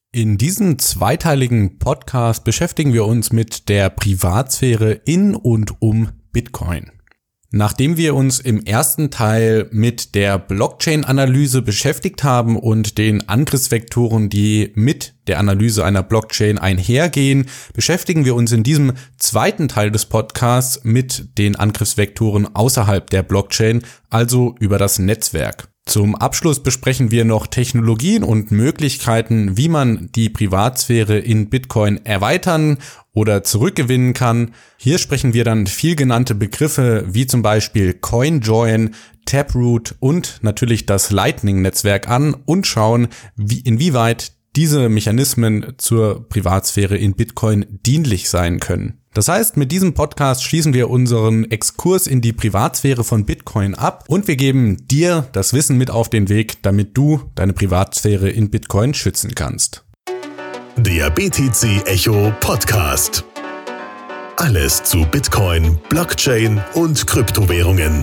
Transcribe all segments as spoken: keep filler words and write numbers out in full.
In diesem zweiteiligen Podcast beschäftigen wir uns mit der Privatsphäre in und um Bitcoin. Nachdem wir uns im ersten Teil mit der Blockchain-Analyse beschäftigt haben und den Angriffsvektoren, die mit der Analyse einer Blockchain einhergehen, beschäftigen wir uns in diesem zweiten Teil des Podcasts mit den Angriffsvektoren außerhalb der Blockchain, also über das Netzwerk. Zum Abschluss besprechen wir noch Technologien und Möglichkeiten, wie man die Privatsphäre in Bitcoin erweitern oder zurückgewinnen kann. Hier sprechen wir dann viel genannte Begriffe wie zum Beispiel CoinJoin, Taproot und natürlich das Lightning-Netzwerk an und schauen, wie, inwieweit diese Mechanismen zur Privatsphäre in Bitcoin dienlich sein können. Das heißt, mit diesem Podcast schließen wir unseren Exkurs in die Privatsphäre von Bitcoin ab und wir geben dir das Wissen mit auf den Weg, damit du deine Privatsphäre in Bitcoin schützen kannst. Der B T C Echo Podcast. Alles zu Bitcoin, Blockchain und Kryptowährungen.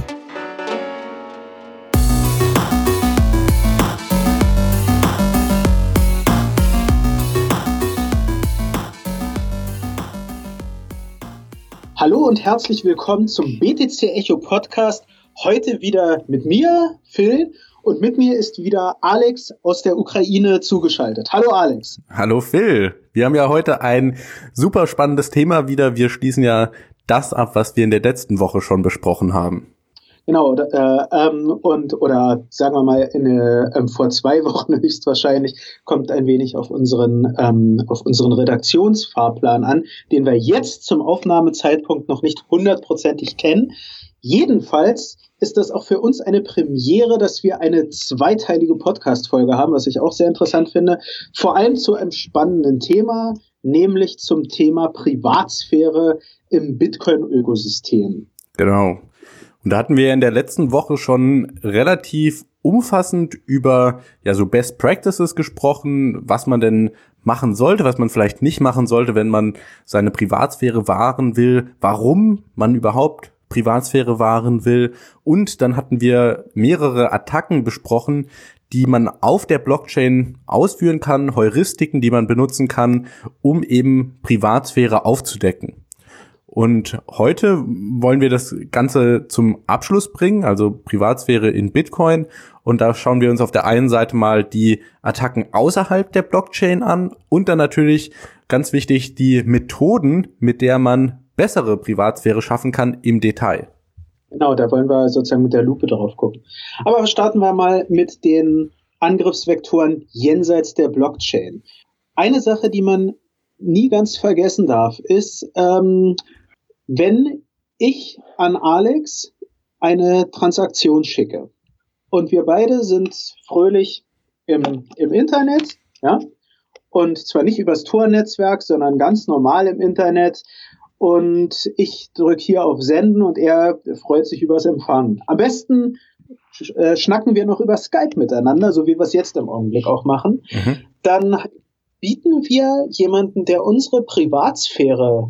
Hallo und herzlich willkommen zum B T C Echo Podcast. Heute wieder mit mir, Phil, und mit mir ist wieder Alex aus der Ukraine zugeschaltet. Hallo Alex. Hallo Phil. Wir haben ja heute ein super spannendes Thema wieder. Wir schließen ja das ab, was wir in der letzten Woche schon besprochen haben. Genau, äh, ähm, und oder sagen wir mal, in, äh, vor zwei Wochen höchstwahrscheinlich kommt ein wenig auf unseren ähm, auf unseren Redaktionsfahrplan an, den wir jetzt zum Aufnahmezeitpunkt noch nicht hundertprozentig kennen. Jedenfalls ist das auch für uns eine Premiere, dass wir eine zweiteilige Podcast-Folge haben, was ich auch sehr interessant finde. Vor allem zu einem spannenden Thema, nämlich zum Thema Privatsphäre im Bitcoin-Ökosystem. Genau. Und da hatten wir in der letzten Woche schon relativ umfassend über ja so Best Practices gesprochen, was man denn machen sollte, was man vielleicht nicht machen sollte, wenn man seine Privatsphäre wahren will, warum man überhaupt Privatsphäre wahren will. Und dann hatten wir mehrere Attacken besprochen, die man auf der Blockchain ausführen kann, Heuristiken, die man benutzen kann, um eben Privatsphäre aufzudecken. Und heute wollen wir das Ganze zum Abschluss bringen, also Privatsphäre in Bitcoin. Und da schauen wir uns auf der einen Seite mal die Attacken außerhalb der Blockchain an und dann natürlich, ganz wichtig, die Methoden, mit der man bessere Privatsphäre schaffen kann im Detail. Genau, da wollen wir sozusagen mit der Lupe drauf gucken. Aber starten wir mal mit den Angriffsvektoren jenseits der Blockchain. Eine Sache, die man nie ganz vergessen darf, ist, ähm, wenn ich an Alex eine Transaktion schicke und wir beide sind fröhlich im, im Internet, ja, und zwar nicht übers Tor-Netzwerk, sondern ganz normal im Internet, und ich drücke hier auf Senden und er freut sich übers Empfangen. Am besten sch- äh, schnacken wir noch über Skype miteinander, so wie wir es jetzt im Augenblick auch machen. Mhm. Dann bieten wir jemanden, der unsere Privatsphäre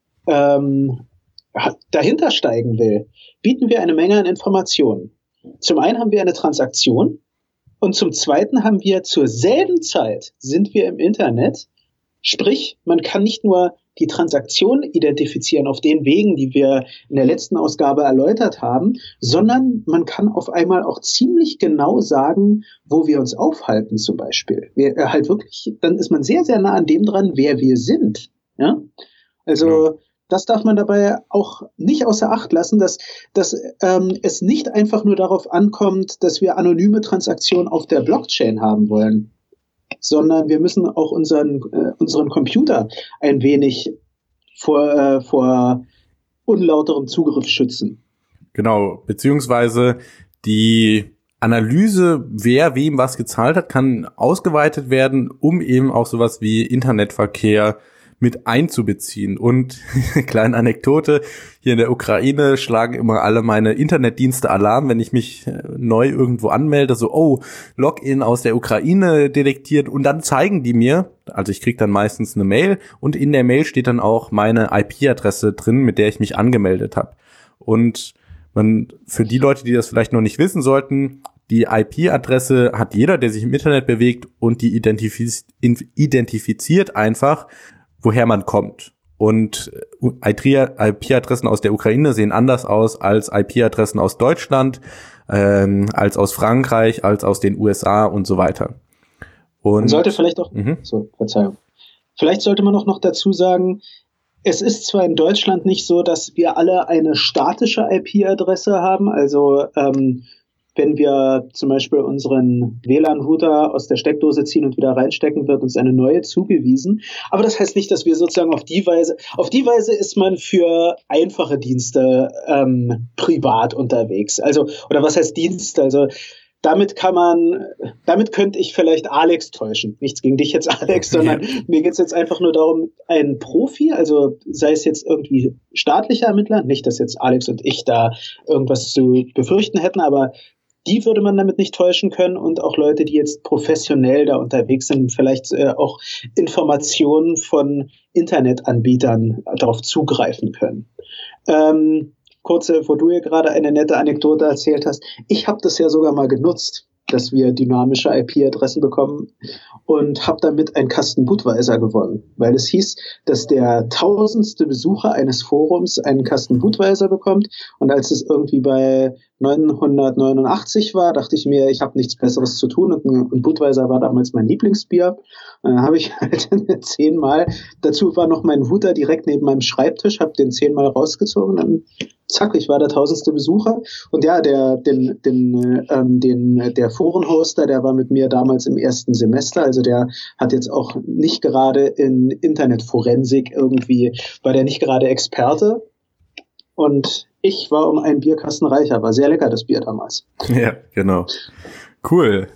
ähm, dahinter steigen will, bieten wir eine Menge an Informationen. Zum einen haben wir eine Transaktion und zum zweiten haben wir zur selben Zeit sind wir im Internet. Sprich, man kann nicht nur die Transaktion identifizieren auf den Wegen, die wir in der letzten Ausgabe erläutert haben, sondern man kann auf einmal auch ziemlich genau sagen, wo wir uns aufhalten zum Beispiel. Wir, äh, halt wirklich, dann ist man sehr, sehr nah an dem dran, wer wir sind. Ja? Also ja. Das darf man dabei auch nicht außer Acht lassen, dass, dass ähm, es nicht einfach nur darauf ankommt, dass wir anonyme Transaktionen auf der Blockchain haben wollen, sondern wir müssen auch unseren, äh, unseren Computer ein wenig vor, äh, vor unlauterem Zugriff schützen. Genau, beziehungsweise die Analyse, wer wem was gezahlt hat, kann ausgeweitet werden, um eben auch sowas wie Internetverkehr mit einzubeziehen. Und kleine Anekdote, hier in der Ukraine schlagen immer alle meine Internetdienste Alarm, wenn ich mich neu irgendwo anmelde, so, oh, Login aus der Ukraine detektiert, und dann zeigen die mir, also ich krieg dann meistens eine Mail und in der Mail steht dann auch meine I P-Adresse drin, mit der ich mich angemeldet habe. Und man, für die Leute, die das vielleicht noch nicht wissen sollten, Die I P-Adresse hat jeder, der sich im Internet bewegt, und die identifiz- identifiziert einfach, woher man kommt. Und I P-Adressen aus der Ukraine sehen anders aus als I P-Adressen aus Deutschland, ähm, als aus Frankreich, als aus den U S A und so weiter. Und man sollte vielleicht auch, mhm. so, Verzeihung. Vielleicht sollte man auch noch dazu sagen, es ist zwar in Deutschland nicht so, dass wir alle eine statische I P-Adresse haben, also ähm, wenn wir zum Beispiel unseren W L A N-Router aus der Steckdose ziehen und wieder reinstecken, wird uns eine neue zugewiesen. Aber das heißt nicht, dass wir sozusagen auf die Weise, auf die Weise ist man für einfache Dienste ähm, privat unterwegs. Also, oder was heißt Dienste? Also, damit kann man, damit könnte ich vielleicht Alex täuschen. Nichts gegen dich jetzt, Alex, sondern ja. Mir geht es jetzt einfach nur darum, ein Profi, also sei es jetzt irgendwie staatlicher Ermittler, nicht, dass jetzt Alex und ich da irgendwas zu befürchten hätten, aber die würde man damit nicht täuschen können, und auch Leute, die jetzt professionell da unterwegs sind, vielleicht äh, auch Informationen von Internetanbietern darauf zugreifen können. Ähm, kurze, wo du hier gerade eine nette Anekdote erzählt hast. Ich habe das ja sogar mal genutzt, dass wir dynamische I P-Adressen bekommen, und habe damit einen Kasten Budweiser gewonnen, weil es hieß, dass der tausendste Besucher eines Forums einen Kasten Budweiser bekommt, und als es irgendwie bei neunhundertneunundachtzig war, dachte ich mir, ich habe nichts Besseres zu tun, und, und Budweiser war damals mein Lieblingsbier. Und dann habe ich halt zehnmal, dazu war noch mein Router direkt neben meinem Schreibtisch, habe den zehnmal rausgezogen, und dann zack, ich war der tausendste Besucher. Und ja, der, den, den, ähm, den, der Forenhoster, der war mit mir damals im ersten Semester, also der hat jetzt auch nicht gerade in Internetforensik irgendwie, war der nicht gerade Experte. Und ich war um einen Bierkasten reicher, war sehr lecker, das Bier damals. Ja, genau. Cool.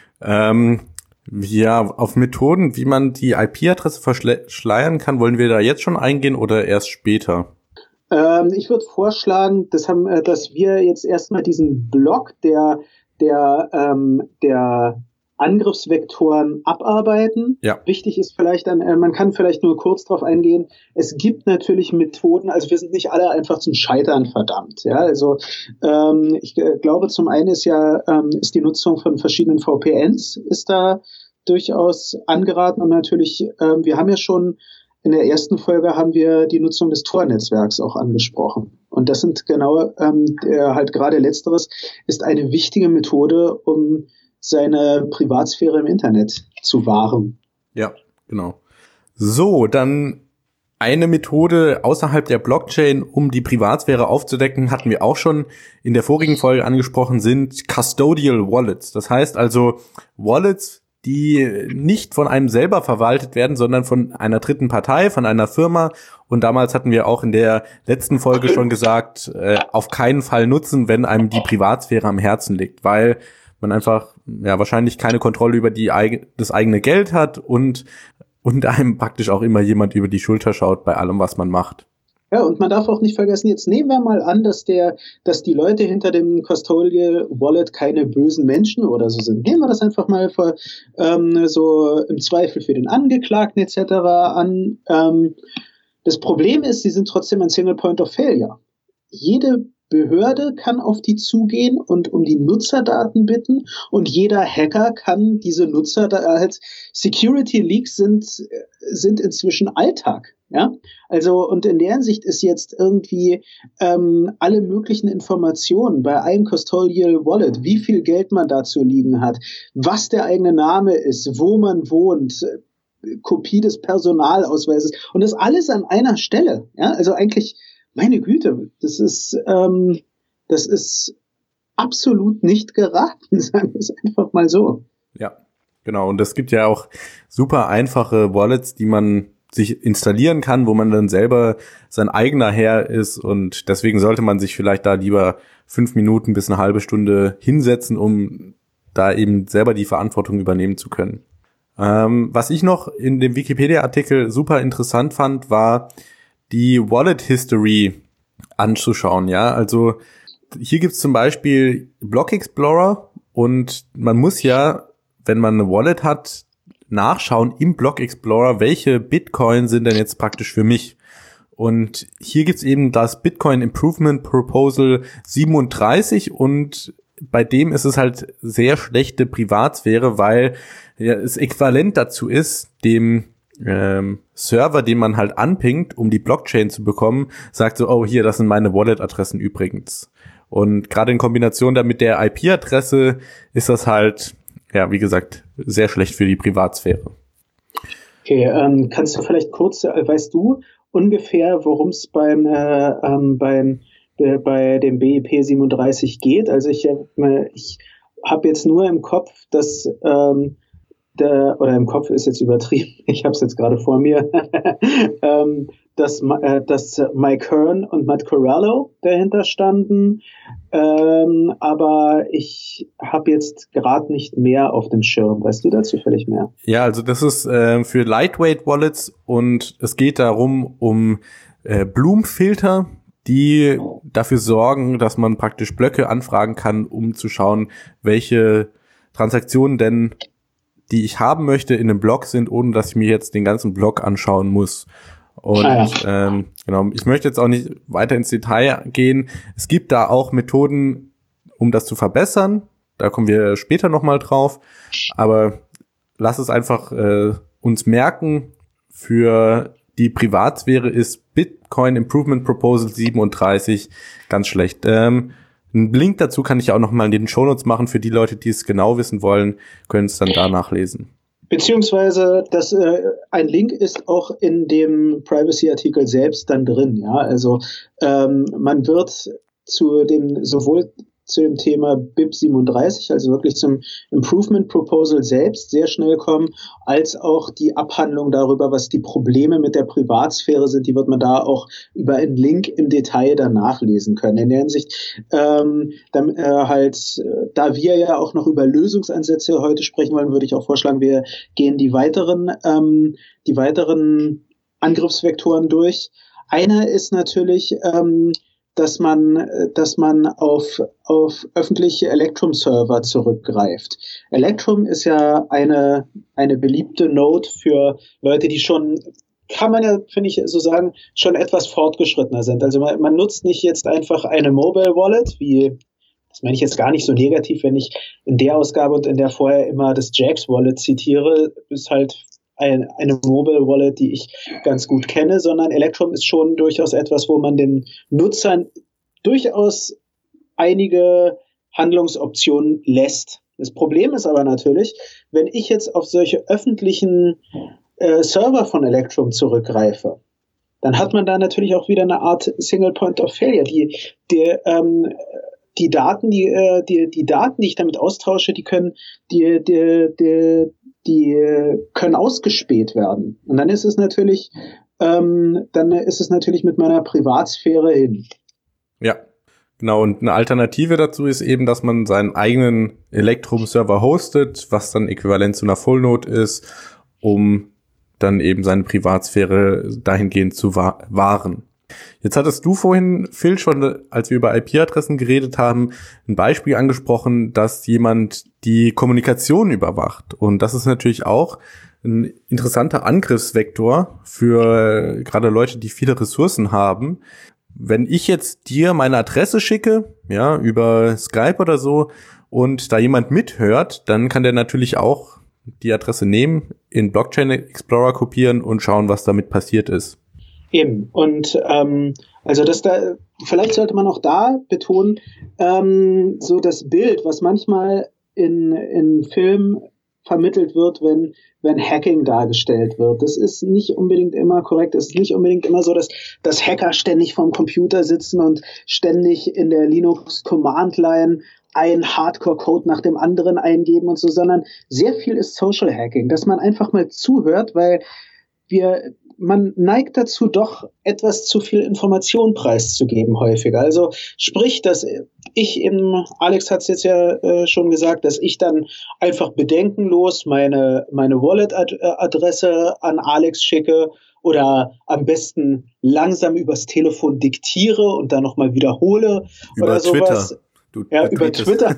Ähm, ja, auf Methoden, wie man die I P-Adresse verschleiern kann, wollen wir da jetzt schon eingehen oder erst später? Ähm, ich würde vorschlagen, das haben, äh, dass wir jetzt erstmal diesen Block der, der, ähm, der Angriffsvektoren abarbeiten. Ja. Wichtig ist vielleicht dann, äh, man kann vielleicht nur kurz drauf eingehen, es gibt natürlich Methoden, also wir sind nicht alle einfach zum Scheitern verdammt. Ja, also ähm, ich äh, glaube, zum einen ist ja ähm, ist die Nutzung von verschiedenen V P Ns ist da durchaus angeraten, und natürlich, ähm, wir haben ja schon in der ersten Folge haben wir die Nutzung des Tor-Netzwerks auch angesprochen. Und das sind genau, ähm, der, halt gerade letzteres ist eine wichtige Methode, um seine Privatsphäre im Internet zu wahren. Ja, genau. So, dann eine Methode außerhalb der Blockchain, um die Privatsphäre aufzudecken, hatten wir auch schon in der vorigen Folge angesprochen, sind Custodial Wallets. Das heißt also Wallets, die nicht von einem selber verwaltet werden, sondern von einer dritten Partei, von einer Firma. Und damals hatten wir auch in der letzten Folge schon gesagt, äh, auf keinen Fall nutzen, wenn einem die Privatsphäre am Herzen liegt, weil man einfach ja wahrscheinlich keine Kontrolle über die das eigene Geld hat und und einem praktisch auch immer jemand über die Schulter schaut bei allem, was man macht. Ja, und man darf auch nicht vergessen, jetzt nehmen wir mal an, dass der, dass die Leute hinter dem Custodial Wallet keine bösen Menschen oder so sind. Nehmen wir das einfach mal für, ähm, so im Zweifel für den Angeklagten et cetera an. Ähm, das Problem ist, sie sind trotzdem ein Single Point of Failure. Jede Behörde kann auf die zugehen und um die Nutzerdaten bitten, und jeder Hacker kann diese Nutzerdaten, Security Leaks sind, sind inzwischen Alltag. Ja, also, und in der Hinsicht ist jetzt irgendwie ähm, alle möglichen Informationen bei einem Custodial Wallet, wie viel Geld man dazu liegen hat, was der eigene Name ist, wo man wohnt, Kopie des Personalausweises, und das alles an einer Stelle. Ja, also eigentlich, meine Güte, das ist, ähm, das ist absolut nicht geraten, sagen wir es einfach mal so. Ja, genau. Und es gibt ja auch super einfache Wallets, die man sich installieren kann, wo man dann selber sein eigener Herr ist, und deswegen sollte man sich vielleicht da lieber fünf Minuten bis eine halbe Stunde hinsetzen, um da eben selber die Verantwortung übernehmen zu können. Ähm, was ich noch in dem Wikipedia-Artikel super interessant fand, war die Wallet History anzuschauen. Ja, also hier gibt's zum Beispiel Block Explorer, und man muss ja, wenn man eine Wallet hat, nachschauen im Block Explorer, welche Bitcoin sind denn jetzt praktisch für mich. Und hier gibt's eben das Bitcoin Improvement Proposal siebenunddreißig, und bei dem ist es halt sehr schlechte Privatsphäre, weil ja, es äquivalent dazu ist, dem ähm, Server, den man halt anpingt, um die Blockchain zu bekommen, sagt so, oh, hier, das sind meine Wallet-Adressen übrigens. Und gerade in Kombination damit der I P-Adresse ist das halt, ja, wie gesagt, sehr schlecht für die Privatsphäre. Okay, ähm, kannst du vielleicht kurz, äh, weißt du ungefähr, worum es beim, äh, ähm, beim äh, bei dem B E P siebenunddreißig geht? Also ich, äh, ich habe jetzt nur im Kopf, dass ähm, der, oder im Kopf ist jetzt übertrieben, ich habe es jetzt gerade vor mir, ähm, dass, äh, dass Mike Hearn und Matt Corallo dahinter standen, ähm, aber ich habe jetzt gerade nicht mehr auf dem Schirm. Weißt du dazu völlig mehr? Ja, also das ist äh, für Lightweight Wallets und es geht darum, um äh, Bloom-Filter, die dafür sorgen, dass man praktisch Blöcke anfragen kann, um zu schauen, welche Transaktionen denn, die ich haben möchte, in einem Block sind, ohne dass ich mir jetzt den ganzen Block anschauen muss. Und ah ja. ähm, genau, ich möchte jetzt auch nicht weiter ins Detail gehen. Es gibt da auch Methoden, um das zu verbessern. Da kommen wir später nochmal drauf. Aber lass es einfach äh, uns merken, für die Privatsphäre ist Bitcoin Improvement Proposal siebenunddreißig ganz schlecht. Ähm, einen Link dazu kann ich auch nochmal in den Shownotes machen. Für die Leute, die es genau wissen wollen, können es dann da nachlesen. Beziehungsweise das, äh, ein Link ist auch in dem Privacy-Artikel selbst dann drin. Ja, also ähm, man wird zu dem sowohl zu dem Thema B I P siebenunddreißig, also wirklich zum Improvement Proposal selbst sehr schnell kommen, als auch die Abhandlung darüber, was die Probleme mit der Privatsphäre sind, die wird man da auch über einen Link im Detail dann nachlesen können. In der Hinsicht, ähm, dann, äh, halt, äh, da wir ja auch noch über Lösungsansätze heute sprechen wollen, würde ich auch vorschlagen, wir gehen die weiteren, ähm, die weiteren Angriffsvektoren durch. Einer ist natürlich, ähm, dass man, dass man auf, auf öffentliche Electrum-Server zurückgreift. Electrum ist ja eine, eine beliebte Node für Leute, die schon, kann man ja, finde ich, so sagen, schon etwas fortgeschrittener sind. Also man, man nutzt nicht jetzt einfach eine Mobile Wallet, wie, das meine ich jetzt gar nicht so negativ, wenn ich in der Ausgabe und in der vorher immer das Jaxx Wallet zitiere, ist halt Ein, eine Mobile Wallet, die ich ganz gut kenne, sondern Electrum ist schon durchaus etwas, wo man den Nutzern durchaus einige Handlungsoptionen lässt. Das Problem ist aber natürlich, wenn ich jetzt auf solche öffentlichen äh, Server von Electrum zurückgreife, dann hat man da natürlich auch wieder eine Art Single Point of Failure. Die, die, ähm, die Daten, die, äh, die, die Daten, die ich damit austausche, die können, die, die, die die können ausgespäht werden. Und dann ist es natürlich, ähm, dann ist es natürlich mit meiner Privatsphäre hin. Ja, genau. Und eine Alternative dazu ist eben, dass man seinen eigenen Electrum-Server hostet, was dann äquivalent zu einer Fullnode ist, um dann eben seine Privatsphäre dahingehend zu wahren. Jetzt hattest du vorhin, Phil, schon, als wir über I P-Adressen geredet haben, ein Beispiel angesprochen, dass jemand die Kommunikation überwacht. Und das ist natürlich auch ein interessanter Angriffsvektor für gerade Leute, die viele Ressourcen haben. Wenn ich jetzt dir meine Adresse schicke, ja, über Skype oder so, und da jemand mithört, dann kann der natürlich auch die Adresse nehmen, in Blockchain Explorer kopieren und schauen, was damit passiert ist. Eben. Und ähm, also das da, vielleicht sollte man auch da betonen, ähm, so das Bild, was manchmal in in Filmen vermittelt wird, wenn wenn Hacking dargestellt wird. Das ist nicht unbedingt immer korrekt. Es ist nicht unbedingt immer so, dass dass Hacker ständig vorm Computer sitzen und ständig in der Linux Command Line ein Hardcore-Code nach dem anderen eingeben und so, sondern sehr viel ist Social Hacking, dass man einfach mal zuhört, weil wir man neigt dazu, doch etwas zu viel Information preiszugeben häufiger. Also sprich, dass ich eben, Alex hat es jetzt ja äh, schon gesagt, dass ich dann einfach bedenkenlos meine, meine Wallet-Adresse an Alex schicke oder am besten langsam übers Telefon diktiere und dann nochmal wiederhole über oder sowas. Twitter. Du ja, über Twitter.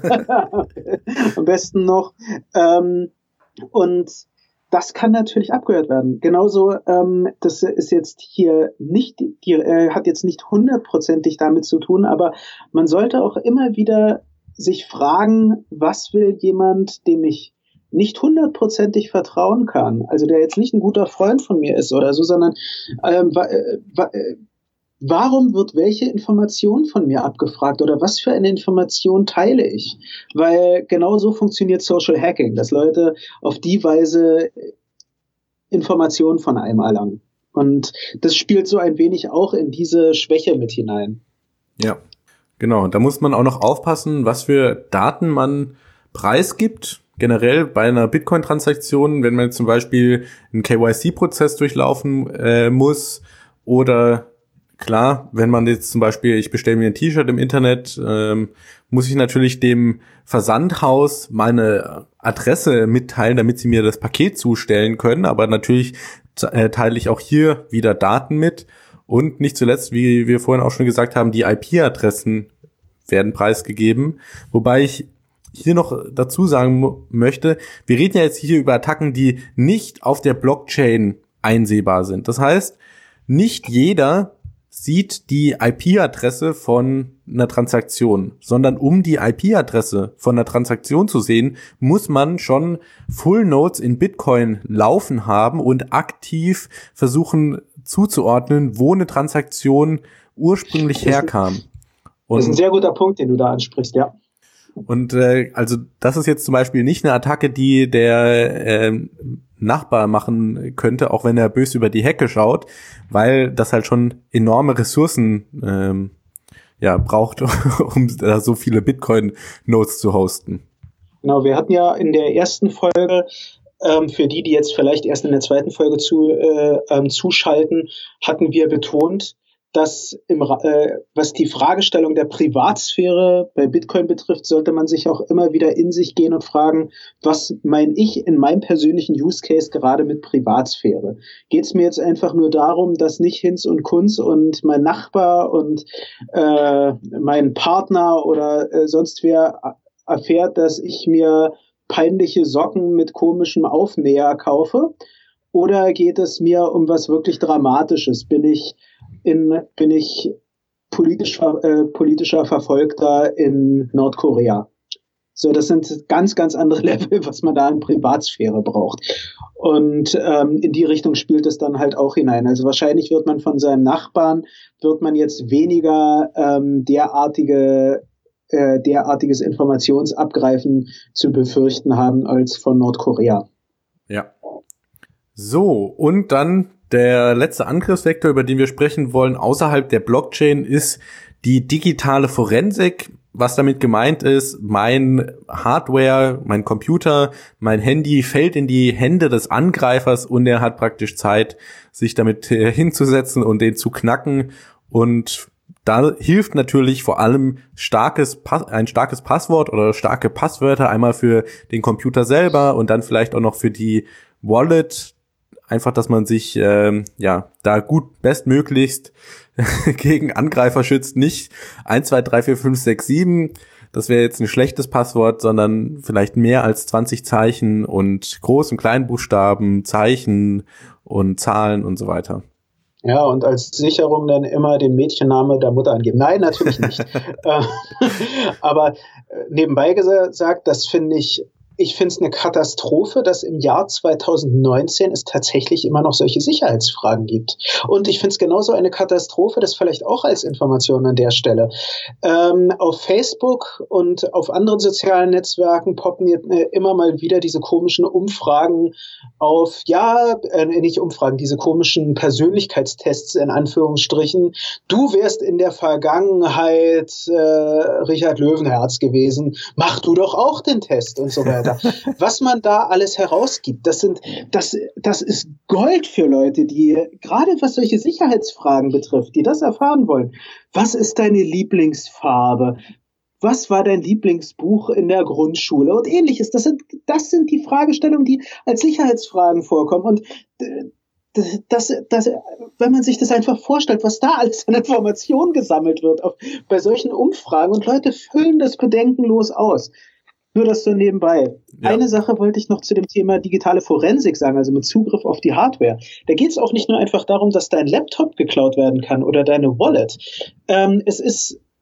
Am besten noch. Ähm, und das kann natürlich abgehört werden. Genauso, ähm, das ist jetzt hier nicht, die, äh, hat jetzt nicht hundertprozentig damit zu tun, aber man sollte auch immer wieder sich fragen, was will jemand, dem ich nicht hundertprozentig vertrauen kann, also der jetzt nicht ein guter Freund von mir ist oder so, sondern ähm, wa- wa- warum wird welche Information von mir abgefragt oder was für eine Information teile ich? Weil genau so funktioniert Social Hacking, dass Leute auf die Weise Informationen von einem erlangen. Und das spielt so ein wenig auch in diese Schwäche mit hinein. Ja, genau. Da muss man auch noch aufpassen, was für Daten man preisgibt. Generell bei einer Bitcoin-Transaktion, wenn man zum Beispiel einen K Y C-Prozess durchlaufen äh, muss oder klar, wenn man jetzt zum Beispiel, ich bestelle mir ein T-Shirt im Internet, ähm, muss ich natürlich dem Versandhaus meine Adresse mitteilen, damit sie mir das Paket zustellen können. Aber natürlich äh, teile ich auch hier wieder Daten mit. Und nicht zuletzt, wie wir vorhin auch schon gesagt haben, die I P-Adressen werden preisgegeben. Wobei ich hier noch dazu sagen mo- möchte, wir reden ja jetzt hier über Attacken, die nicht auf der Blockchain einsehbar sind. Das heißt, nicht jeder sieht die I P-Adresse von einer Transaktion, sondern um die I P-Adresse von einer Transaktion zu sehen, muss man schon Full Nodes in Bitcoin laufen haben und aktiv versuchen zuzuordnen, wo eine Transaktion ursprünglich herkam. Und das ist ein sehr guter Punkt, den du da ansprichst, ja. Und äh, also das ist jetzt zum Beispiel nicht eine Attacke, die der äh, Nachbar machen könnte, auch wenn er böse über die Hecke schaut, weil das halt schon enorme Ressourcen ähm, ja braucht, um da so viele Bitcoin-Nodes zu hosten. Genau, wir hatten ja in der ersten Folge, ähm, für die, die jetzt vielleicht erst in der zweiten Folge zu, äh, ähm, zuschalten, hatten wir betont, dass im, äh, was die Fragestellung der Privatsphäre bei Bitcoin betrifft, sollte man sich auch immer wieder in sich gehen und fragen, was meine ich in meinem persönlichen Use Case gerade mit Privatsphäre? Geht es mir jetzt einfach nur darum, dass nicht Hinz und Kunz und mein Nachbar und äh, mein Partner oder äh, sonst wer erfährt, dass ich mir peinliche Socken mit komischem Aufnäher kaufe? Oder geht es mir um was wirklich Dramatisches? Bin ich in, bin ich politisch, äh, politischer Verfolgter in Nordkorea? So, das sind ganz, ganz andere Level, was man da in Privatsphäre braucht. Und ähm, in die Richtung spielt es dann halt auch hinein. Also wahrscheinlich wird man von seinem Nachbarn, wird man jetzt weniger ähm, derartige äh, derartiges Informationsabgreifen zu befürchten haben als von Nordkorea. Ja. So, und dann der letzte Angriffsvektor, über den wir sprechen wollen, außerhalb der Blockchain, ist die digitale Forensik. Was damit gemeint ist, mein Hardware, mein Computer, mein Handy fällt in die Hände des Angreifers und er hat praktisch Zeit, sich damit hinzusetzen und den zu knacken. Und da hilft natürlich vor allem starkes ein starkes Passwort oder starke Passwörter, einmal für den Computer selber und dann vielleicht auch noch für die Wallet. Einfach, dass man sich ähm, ja da gut bestmöglichst gegen Angreifer schützt. Nicht eins, zwei, drei, vier, fünf, sechs, sieben, das wäre jetzt ein schlechtes Passwort, sondern vielleicht mehr als zwanzig Zeichen und Groß- und Kleinbuchstaben, Zeichen und Zahlen und so weiter. Ja, und als Sicherung dann immer den Mädchenname der Mutter angeben. Nein, natürlich nicht. Aber nebenbei gesagt, das finde ich Ich finde es eine Katastrophe, dass im Jahr zweitausendneunzehn es tatsächlich immer noch solche Sicherheitsfragen gibt. Und ich finde es genauso eine Katastrophe, das vielleicht auch als Information an der Stelle. Ähm, auf Facebook und auf anderen sozialen Netzwerken poppen jetzt, äh, immer mal wieder diese komischen Umfragen auf, ja, äh, nicht Umfragen, diese komischen Persönlichkeitstests in Anführungsstrichen. Du wärst in der Vergangenheit äh, Richard Löwenherz gewesen, mach du doch auch den Test und so weiter. Was man da alles herausgibt, das sind, das, das ist Gold für Leute, die, gerade was solche Sicherheitsfragen betrifft, die das erfahren wollen. Was ist deine Lieblingsfarbe? Was war dein Lieblingsbuch in der Grundschule? Und ähnliches. Das sind, das sind die Fragestellungen, die als Sicherheitsfragen vorkommen. Und das, das, das, wenn man sich das einfach vorstellt, was da alles an Informationen gesammelt wird auf, bei solchen Umfragen, und Leute füllen das bedenkenlos aus. Nur das so nebenbei. Ja. Eine Sache wollte ich noch zu dem Thema digitale Forensik sagen, also mit Zugriff auf die Hardware. Da geht es auch nicht nur einfach darum, dass dein Laptop geklaut werden kann oder deine Wallet. Ähm, es ist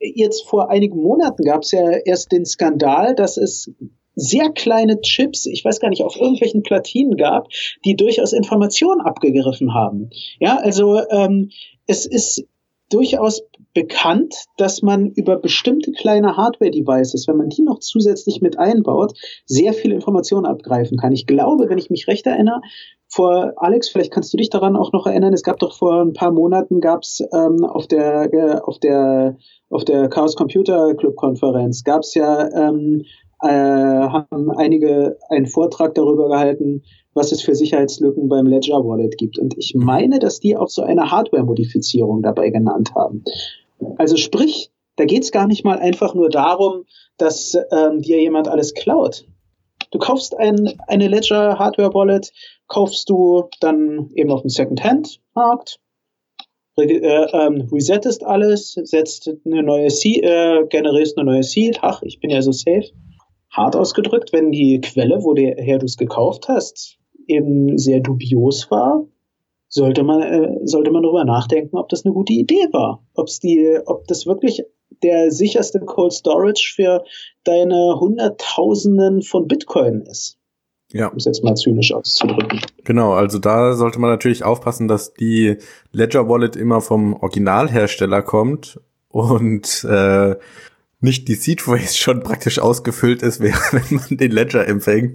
jetzt vor einigen Monaten gab es ja erst den Skandal, dass es sehr kleine Chips, ich weiß gar nicht, auf irgendwelchen Platinen gab, die durchaus Informationen abgegriffen haben. Ja, also ähm, es ist durchaus bekannt, dass man über bestimmte kleine Hardware-Devices, wenn man die noch zusätzlich mit einbaut, sehr viele Informationen abgreifen kann. Ich glaube, wenn ich mich recht erinnere, vor Alex, vielleicht kannst du dich daran auch noch erinnern, es gab doch vor ein paar Monaten gab's ähm, auf der äh, auf der auf der Chaos Computer Club Konferenz gab's ja ähm, äh, haben einige einen Vortrag darüber gehalten, was es für Sicherheitslücken beim Ledger Wallet gibt. Und ich meine, dass die auch so eine Hardware-Modifizierung dabei genannt haben. Also sprich, da geht's gar nicht mal einfach nur darum, dass ähm, dir jemand alles klaut. Du kaufst ein, eine Ledger Hardware Wallet, kaufst du dann eben auf dem Second-Hand-Markt, äh, ähm, resettest alles, setzt eine neue Seed, äh, generierst eine neue Seed. Ach, ich bin ja so safe. Hart ausgedrückt, wenn die Quelle, woher du es gekauft hast, eben sehr dubios war, sollte man äh, sollte man darüber nachdenken, ob das eine gute Idee war, ob's die, ob das wirklich der sicherste Cold Storage für deine Hunderttausenden von Bitcoin ist. Ja. Um es jetzt mal zynisch auszudrücken. Genau, also da sollte man natürlich aufpassen, dass die Ledger Wallet immer vom Originalhersteller kommt und äh, nicht die Seed Phrase schon praktisch ausgefüllt ist, wenn man den Ledger empfängt.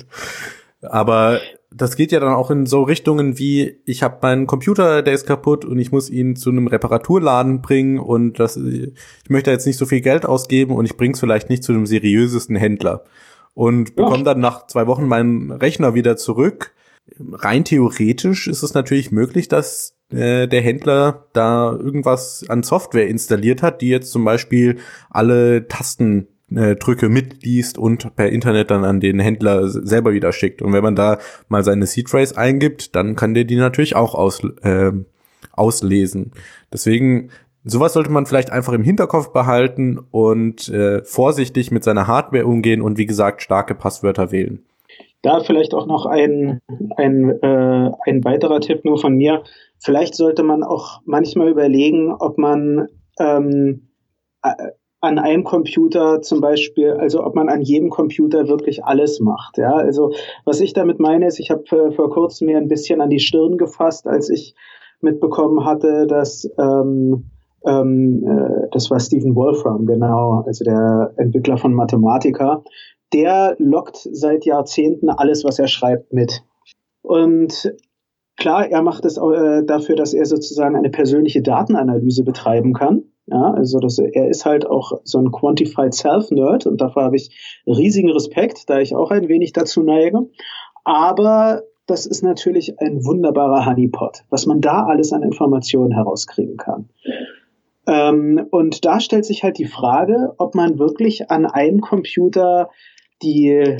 Aber das geht ja dann auch in so Richtungen wie, ich habe meinen Computer, der ist kaputt und ich muss ihn zu einem Reparaturladen bringen und das, ich möchte jetzt nicht so viel Geld ausgeben und ich bring's vielleicht nicht zu einem seriösesten Händler und bekomme dann nach zwei Wochen meinen Rechner wieder zurück. Rein theoretisch ist es natürlich möglich, dass äh, der Händler da irgendwas an Software installiert hat, die jetzt zum Beispiel alle Tastendrücke mitliest und per Internet dann an den Händler selber wieder schickt. Und wenn man da mal seine Seed Phrase eingibt, dann kann der die natürlich auch aus, äh, auslesen. Deswegen, sowas sollte man vielleicht einfach im Hinterkopf behalten und äh, vorsichtig mit seiner Hardware umgehen und wie gesagt starke Passwörter wählen. Da vielleicht auch noch ein, ein, äh, ein weiterer Tipp nur von mir. Vielleicht sollte man auch manchmal überlegen, ob man ähm, an einem Computer zum Beispiel, also ob man an jedem Computer wirklich alles macht. Ja, also was ich damit meine ist, ich habe äh, vor kurzem mir ein bisschen an die Stirn gefasst, als ich mitbekommen hatte, dass ähm, ähm, äh, das war Stephen Wolfram, genau, also der Entwickler von Mathematica. Der loggt seit Jahrzehnten alles, was er schreibt, mit. Und klar, er macht es äh, dafür, dass er sozusagen eine persönliche Datenanalyse betreiben kann. Ja, also das, er ist halt auch so ein Quantified Self-Nerd und dafür habe ich riesigen Respekt, da ich auch ein wenig dazu neige. Aber das ist natürlich ein wunderbarer Honeypot, was man da alles an Informationen herauskriegen kann. Ähm, und da stellt sich halt die Frage, ob man wirklich an einem Computer die,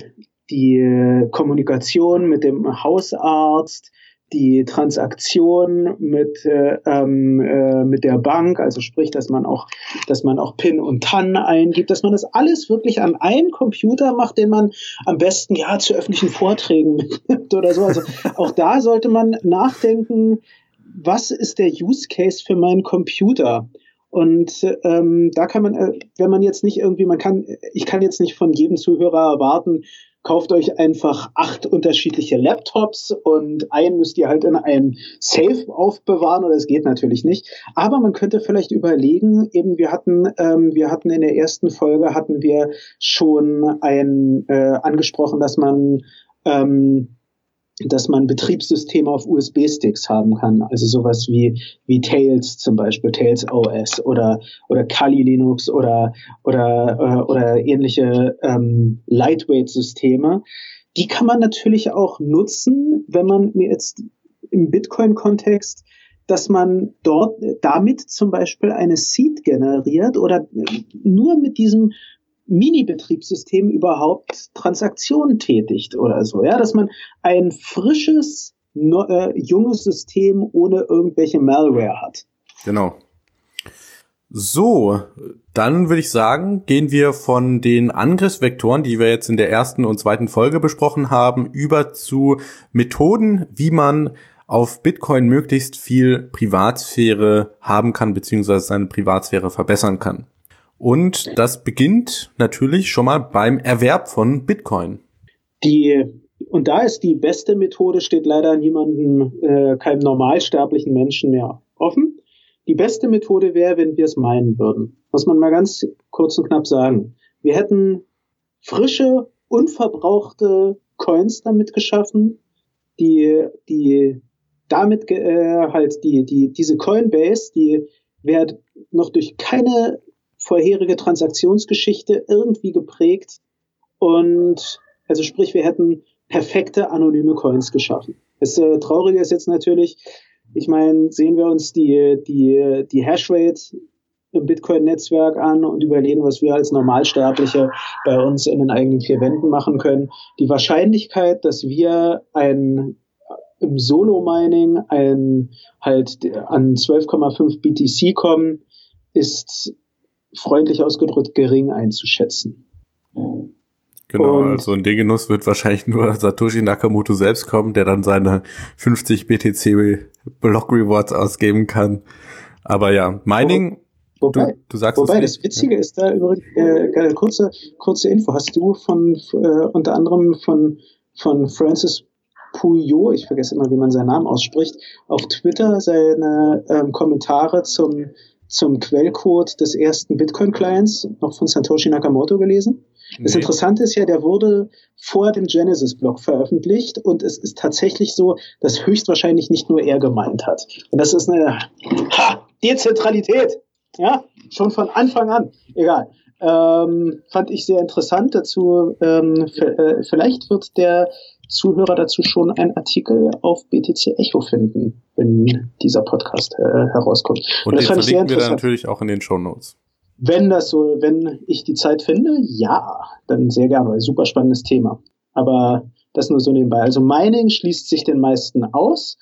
die Kommunikation mit dem Hausarzt, die Transaktion mit äh, ähm, äh, mit der Bank, also sprich, dass man auch, dass man auch PIN und T A N eingibt, dass man das alles wirklich an einem Computer macht, den man am besten ja zu öffentlichen Vorträgen mitnimmt oder so. Also auch da sollte man nachdenken, was ist der Use Case für meinen Computer? Und ähm, da kann man, äh, wenn man jetzt nicht irgendwie, man kann, ich kann jetzt nicht von jedem Zuhörer erwarten, kauft euch einfach acht unterschiedliche Laptops und einen müsst ihr halt in einem Safe aufbewahren, oder es geht natürlich nicht. Aber man könnte vielleicht überlegen, eben wir hatten, ähm, wir hatten in der ersten Folge hatten wir schon ein äh, angesprochen, dass man ähm, dass man Betriebssysteme auf U S B-Sticks haben kann, also sowas wie wie Tails zum Beispiel, Tails O S oder oder Kali Linux oder oder äh, oder ähnliche ähm, Lightweight-Systeme. Die kann man natürlich auch nutzen, wenn man mir jetzt im Bitcoin-Kontext, dass man dort damit zum Beispiel eine Seed generiert oder nur mit diesem Mini-Betriebssystem überhaupt Transaktionen tätigt oder so, ja, dass man ein frisches, no, äh, junges System ohne irgendwelche Malware hat. Genau. So, dann würde ich sagen, gehen wir von den Angriffsvektoren, die wir jetzt in der ersten und zweiten Folge besprochen haben, über zu Methoden, wie man auf Bitcoin möglichst viel Privatsphäre haben kann, beziehungsweise seine Privatsphäre verbessern kann. Und das beginnt natürlich schon mal beim Erwerb von Bitcoin. Die, und da ist die beste Methode, steht leider niemandem, äh, keinem normalsterblichen Menschen mehr offen. Die beste Methode wäre, wenn wir es meinen würden. Muss man mal ganz kurz und knapp sagen. Wir hätten frische, unverbrauchte Coins damit geschaffen, die, die damit äh, halt die, die, diese Coinbase, die wäre noch durch keine vorherige Transaktionsgeschichte irgendwie geprägt und also sprich, wir hätten perfekte anonyme Coins geschaffen. Das äh, Traurige ist jetzt natürlich, ich meine, sehen wir uns die, die, die Hashrate im Bitcoin-Netzwerk an und überlegen, was wir als Normalsterbliche bei uns in den eigenen vier Wänden machen können. Die Wahrscheinlichkeit, dass wir ein im Solo-Mining ein halt an zwölf Komma fünf B T C kommen, ist freundlich ausgedrückt gering einzuschätzen. Genau, und also in den Genuss wird wahrscheinlich nur Satoshi Nakamoto selbst kommen, der dann seine fünfzig B T C Block Rewards ausgeben kann. Aber ja, Mining, wobei, du, du sagst wobei es das Witzige ja. ist da übrigens, äh, kurze, kurze Info, hast du von äh, unter anderem von, von Francis Pouillot, ich vergesse immer, wie man seinen Namen ausspricht, auf Twitter seine ähm, Kommentare zum, zum Quellcode des ersten Bitcoin-Clients noch von Satoshi Nakamoto gelesen? Nee. Das Interessante ist ja, der wurde vor dem Genesis-Block veröffentlicht und es ist tatsächlich so, dass höchstwahrscheinlich nicht nur er gemeint hat. Und das ist eine ha, Dezentralität, ja, schon von Anfang an. Egal. Ähm, fand ich sehr interessant dazu. Ähm, f- äh, vielleicht wird der Zuhörer dazu schon einen Artikel auf B T C Echo finden, wenn dieser Podcast äh, herauskommt. Und, Und den verlinken wir dann natürlich auch in den Shownotes. Wenn das so, wenn ich die Zeit finde, ja, dann sehr gerne, weil super spannendes Thema. Aber das nur so nebenbei. Also Mining schließt sich den meisten aus.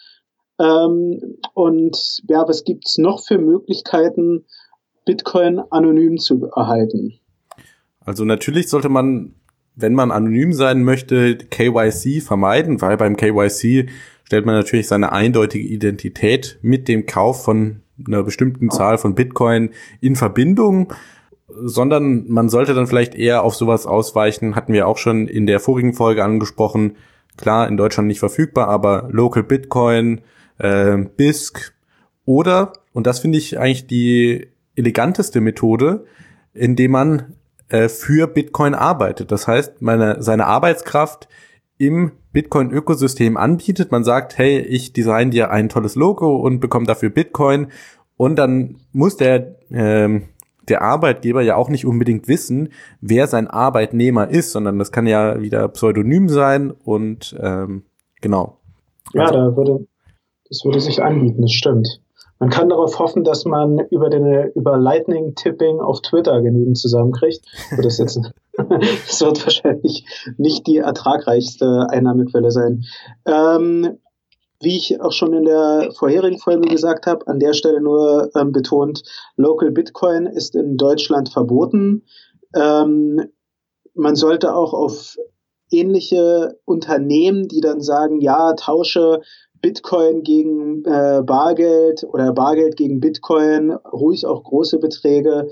Ähm, und ja, was gibt's noch für Möglichkeiten, Bitcoin anonym zu erhalten? Also natürlich sollte man, wenn man anonym sein möchte, K Y C vermeiden, weil beim K Y C stellt man natürlich seine eindeutige Identität mit dem Kauf von einer bestimmten Zahl von Bitcoin in Verbindung, sondern man sollte dann vielleicht eher auf sowas ausweichen, hatten wir auch schon in der vorigen Folge angesprochen, klar, in Deutschland nicht verfügbar, aber Local Bitcoin, äh, B I S C oder, und das finde ich eigentlich die eleganteste Methode, indem man äh, für Bitcoin arbeitet. Das heißt, meine, seine Arbeitskraft im Bitcoin-Ökosystem anbietet. Man sagt, hey, ich design dir ein tolles Logo und bekomme dafür Bitcoin. Und dann muss der, ähm, der Arbeitgeber ja auch nicht unbedingt wissen, wer sein Arbeitnehmer ist, sondern das kann ja wieder pseudonym sein und ähm, genau. Ja, also, da würde, das würde sich anbieten, das stimmt. Man kann darauf hoffen, dass man über den über Lightning-Tipping auf Twitter genügend zusammenkriegt. Das, jetzt, das wird wahrscheinlich nicht die ertragreichste Einnahmequelle sein. Ähm, wie ich auch schon in der vorherigen Folge gesagt habe, an der Stelle nur ähm, betont, Local Bitcoin ist in Deutschland verboten. Ähm, man sollte auch auf ähnliche Unternehmen, die dann sagen, ja, tausche Bitcoin gegen äh, Bargeld oder Bargeld gegen Bitcoin, ruhig auch große Beträge,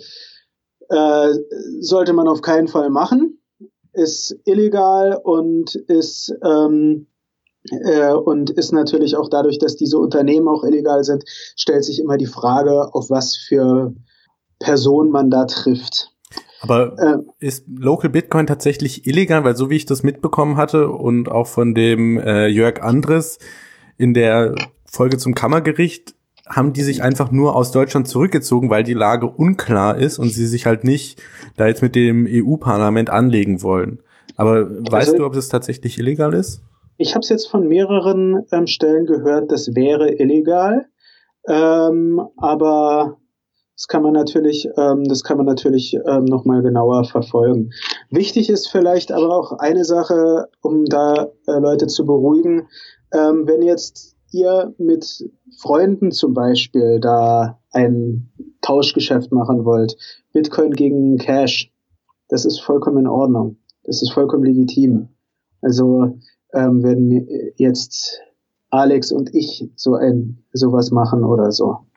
äh, sollte man auf keinen Fall machen. Ist illegal und ist ähm, äh, und ist natürlich auch dadurch, dass diese Unternehmen auch illegal sind, stellt sich immer die Frage, auf was für Personen man da trifft. Aber ähm, ist Local Bitcoin tatsächlich illegal? Weil so wie ich das mitbekommen hatte und auch von dem äh, Jörg Andres in der Folge zum Kammergericht, haben die sich einfach nur aus Deutschland zurückgezogen, weil die Lage unklar ist und sie sich halt nicht da jetzt mit dem E U-Parlament anlegen wollen. Aber weißt also, du, ob das tatsächlich illegal ist? Ich habe es jetzt von mehreren ähm, Stellen gehört, das wäre illegal. Ähm, aber das kann man natürlich, ähm, das kann man natürlich ähm, noch mal genauer verfolgen. Wichtig ist vielleicht aber auch eine Sache, um da äh, Leute zu beruhigen. Ähm, wenn jetzt ihr mit Freunden zum Beispiel da ein Tauschgeschäft machen wollt, Bitcoin gegen Cash, das ist vollkommen in Ordnung. Das ist vollkommen legitim. Also ähm, wenn jetzt Alex und ich so ein sowas machen oder so,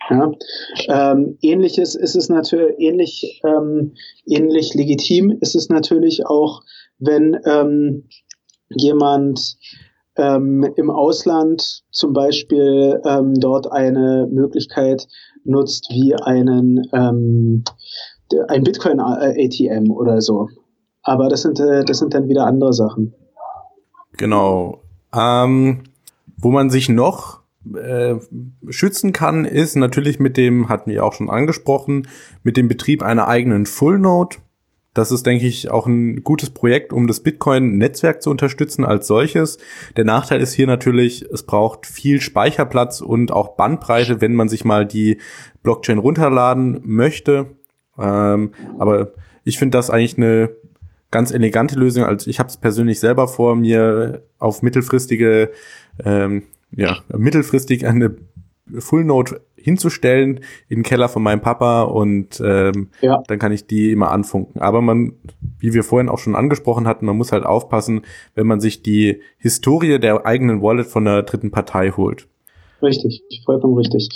Ja, ähm, ähnliches ist es natürlich, ähnlich, ähm, ähnlich legitim ist es natürlich auch, wenn ähm, jemand ähm, im Ausland zum Beispiel ähm, dort eine Möglichkeit nutzt wie einen ähm, ein Bitcoin-A T M oder so. Aber das sind äh, das sind dann wieder andere Sachen. Genau. Ähm, wo man sich noch äh, schützen kann, ist natürlich mit dem, hatten wir auch schon angesprochen, mit dem Betrieb einer eigenen Full-Node. Das ist, denke ich, auch ein gutes Projekt, um das Bitcoin-Netzwerk zu unterstützen als solches. Der Nachteil ist hier natürlich, es braucht viel Speicherplatz und auch Bandbreite, wenn man sich mal die Blockchain runterladen möchte. Ähm, aber ich finde das eigentlich eine ganz elegante Lösung. Also ich habe es persönlich selber vor, mir auf mittelfristige, ähm, ja, mittelfristig eine Full-Node hinzustellen in den Keller von meinem Papa und ähm, ja. Dann kann ich die immer anfunken. Aber man, wie wir vorhin auch schon angesprochen hatten, man muss halt aufpassen, wenn man sich die Historie der eigenen Wallet von einer dritten Partei holt. Richtig, vollkommen richtig.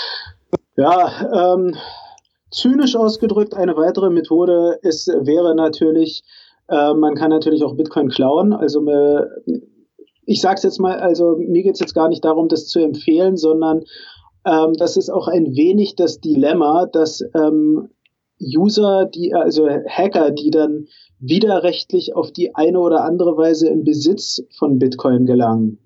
Ja, ähm, zynisch ausgedrückt, eine weitere Methode ist, wäre natürlich, äh, man kann natürlich auch Bitcoin klauen. Also äh, ich sag's jetzt mal, also mir geht's jetzt gar nicht darum, das zu empfehlen, sondern ähm, das ist auch ein wenig das Dilemma, dass ähm, User, die also Hacker, die dann widerrechtlich auf die eine oder andere Weise in Besitz von Bitcoin gelangen,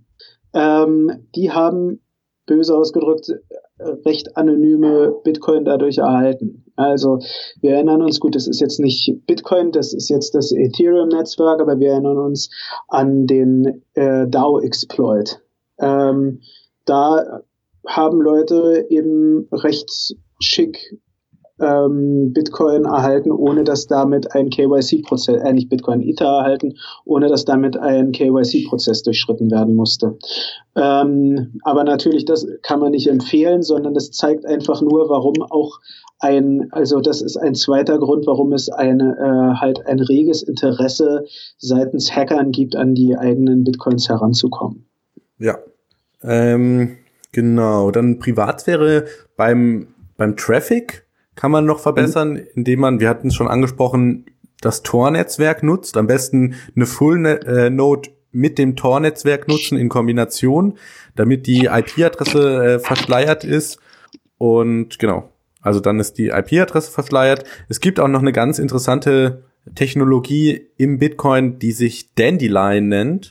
ähm, die haben, böse ausgedrückt, recht anonyme Bitcoin dadurch erhalten. Also wir erinnern uns, gut, das ist jetzt nicht Bitcoin, das ist jetzt das Ethereum-Netzwerk, aber wir erinnern uns an den äh, DAO-Exploit. Ähm, da haben Leute eben recht schick ähm, Bitcoin erhalten, ohne dass damit ein K Y C-Prozess, äh, nicht Bitcoin, Ether erhalten, ohne dass damit ein K Y C-Prozess durchschritten werden musste. Ähm, aber natürlich, das kann man nicht empfehlen, sondern das zeigt einfach nur, warum auch ein, also das ist ein zweiter Grund, warum es eine, äh, halt ein reges Interesse seitens Hackern gibt, an die eigenen Bitcoins heranzukommen. Ja, ähm, genau. Dann Privatsphäre beim, beim Traffic kann man noch verbessern, mhm. indem man, wir hatten es schon angesprochen, das Tor-Netzwerk nutzt. Am besten eine Full-Node mit dem Tor-Netzwerk nutzen in Kombination, damit die I P-Adresse äh, verschleiert ist. Und genau, also dann ist die I P-Adresse verschleiert. Es gibt auch noch eine ganz interessante Technologie im Bitcoin, die sich Dandelion nennt.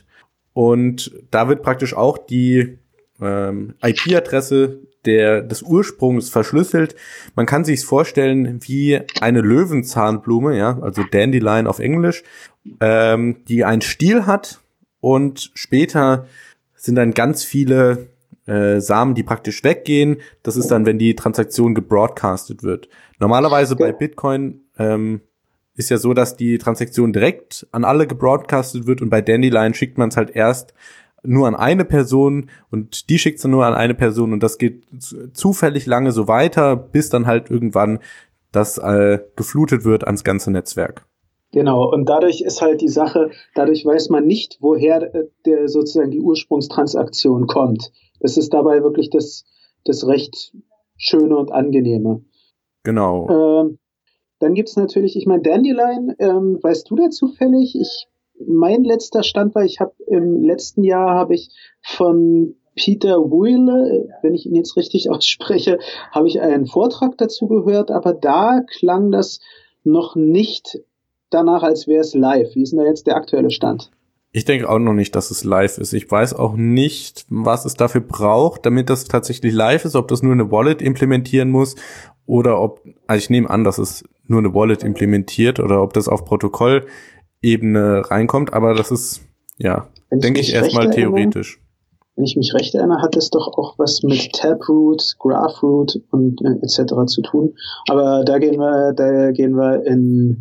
Und da wird praktisch auch die ähm, I P-Adresse der des Ursprungs verschlüsselt. Man kann sich's vorstellen wie eine Löwenzahnblume, ja, also Dandelion auf Englisch, ähm, die einen Stiel hat und später sind dann ganz viele äh, Samen, die praktisch weggehen. Das ist dann, wenn die Transaktion gebroadcastet wird. Normalerweise bei Bitcoin ähm, ist ja so, dass die Transaktion direkt an alle gebroadcastet wird und bei Dandelion schickt man es halt erst nur an eine Person und die schickt es nur an eine Person und das geht zufällig lange so weiter, bis dann halt irgendwann das äh, geflutet wird ans ganze Netzwerk. Genau, und dadurch ist halt die Sache, dadurch weiß man nicht, woher der, sozusagen die Ursprungstransaktion kommt. Das ist dabei wirklich das, das recht Schöne und Angenehme. Genau. Ähm, dann gibt's natürlich, ich meine, Dandelion, ähm, weißt du da zufällig? Ich Mein letzter Stand war, ich habe im letzten Jahr habe ich von Peter Wuille, wenn ich ihn jetzt richtig ausspreche, habe ich einen Vortrag dazu gehört, aber da klang das noch nicht danach, als wäre es live. Wie ist denn da jetzt der aktuelle Stand? Ich denke auch noch nicht, dass es live ist. Ich weiß auch nicht, was es dafür braucht, damit das tatsächlich live ist, ob das nur eine Wallet implementieren muss oder ob, also ich nehme an, dass es nur eine Wallet implementiert oder ob das auf Protokoll Ebene reinkommt, aber das ist, ja, denke ich erstmal theoretisch. Wenn ich mich recht erinnere, hat es doch auch was mit Taproot, Graphroot und äh, et cetera zu tun. Aber da gehen wir, da gehen wir in,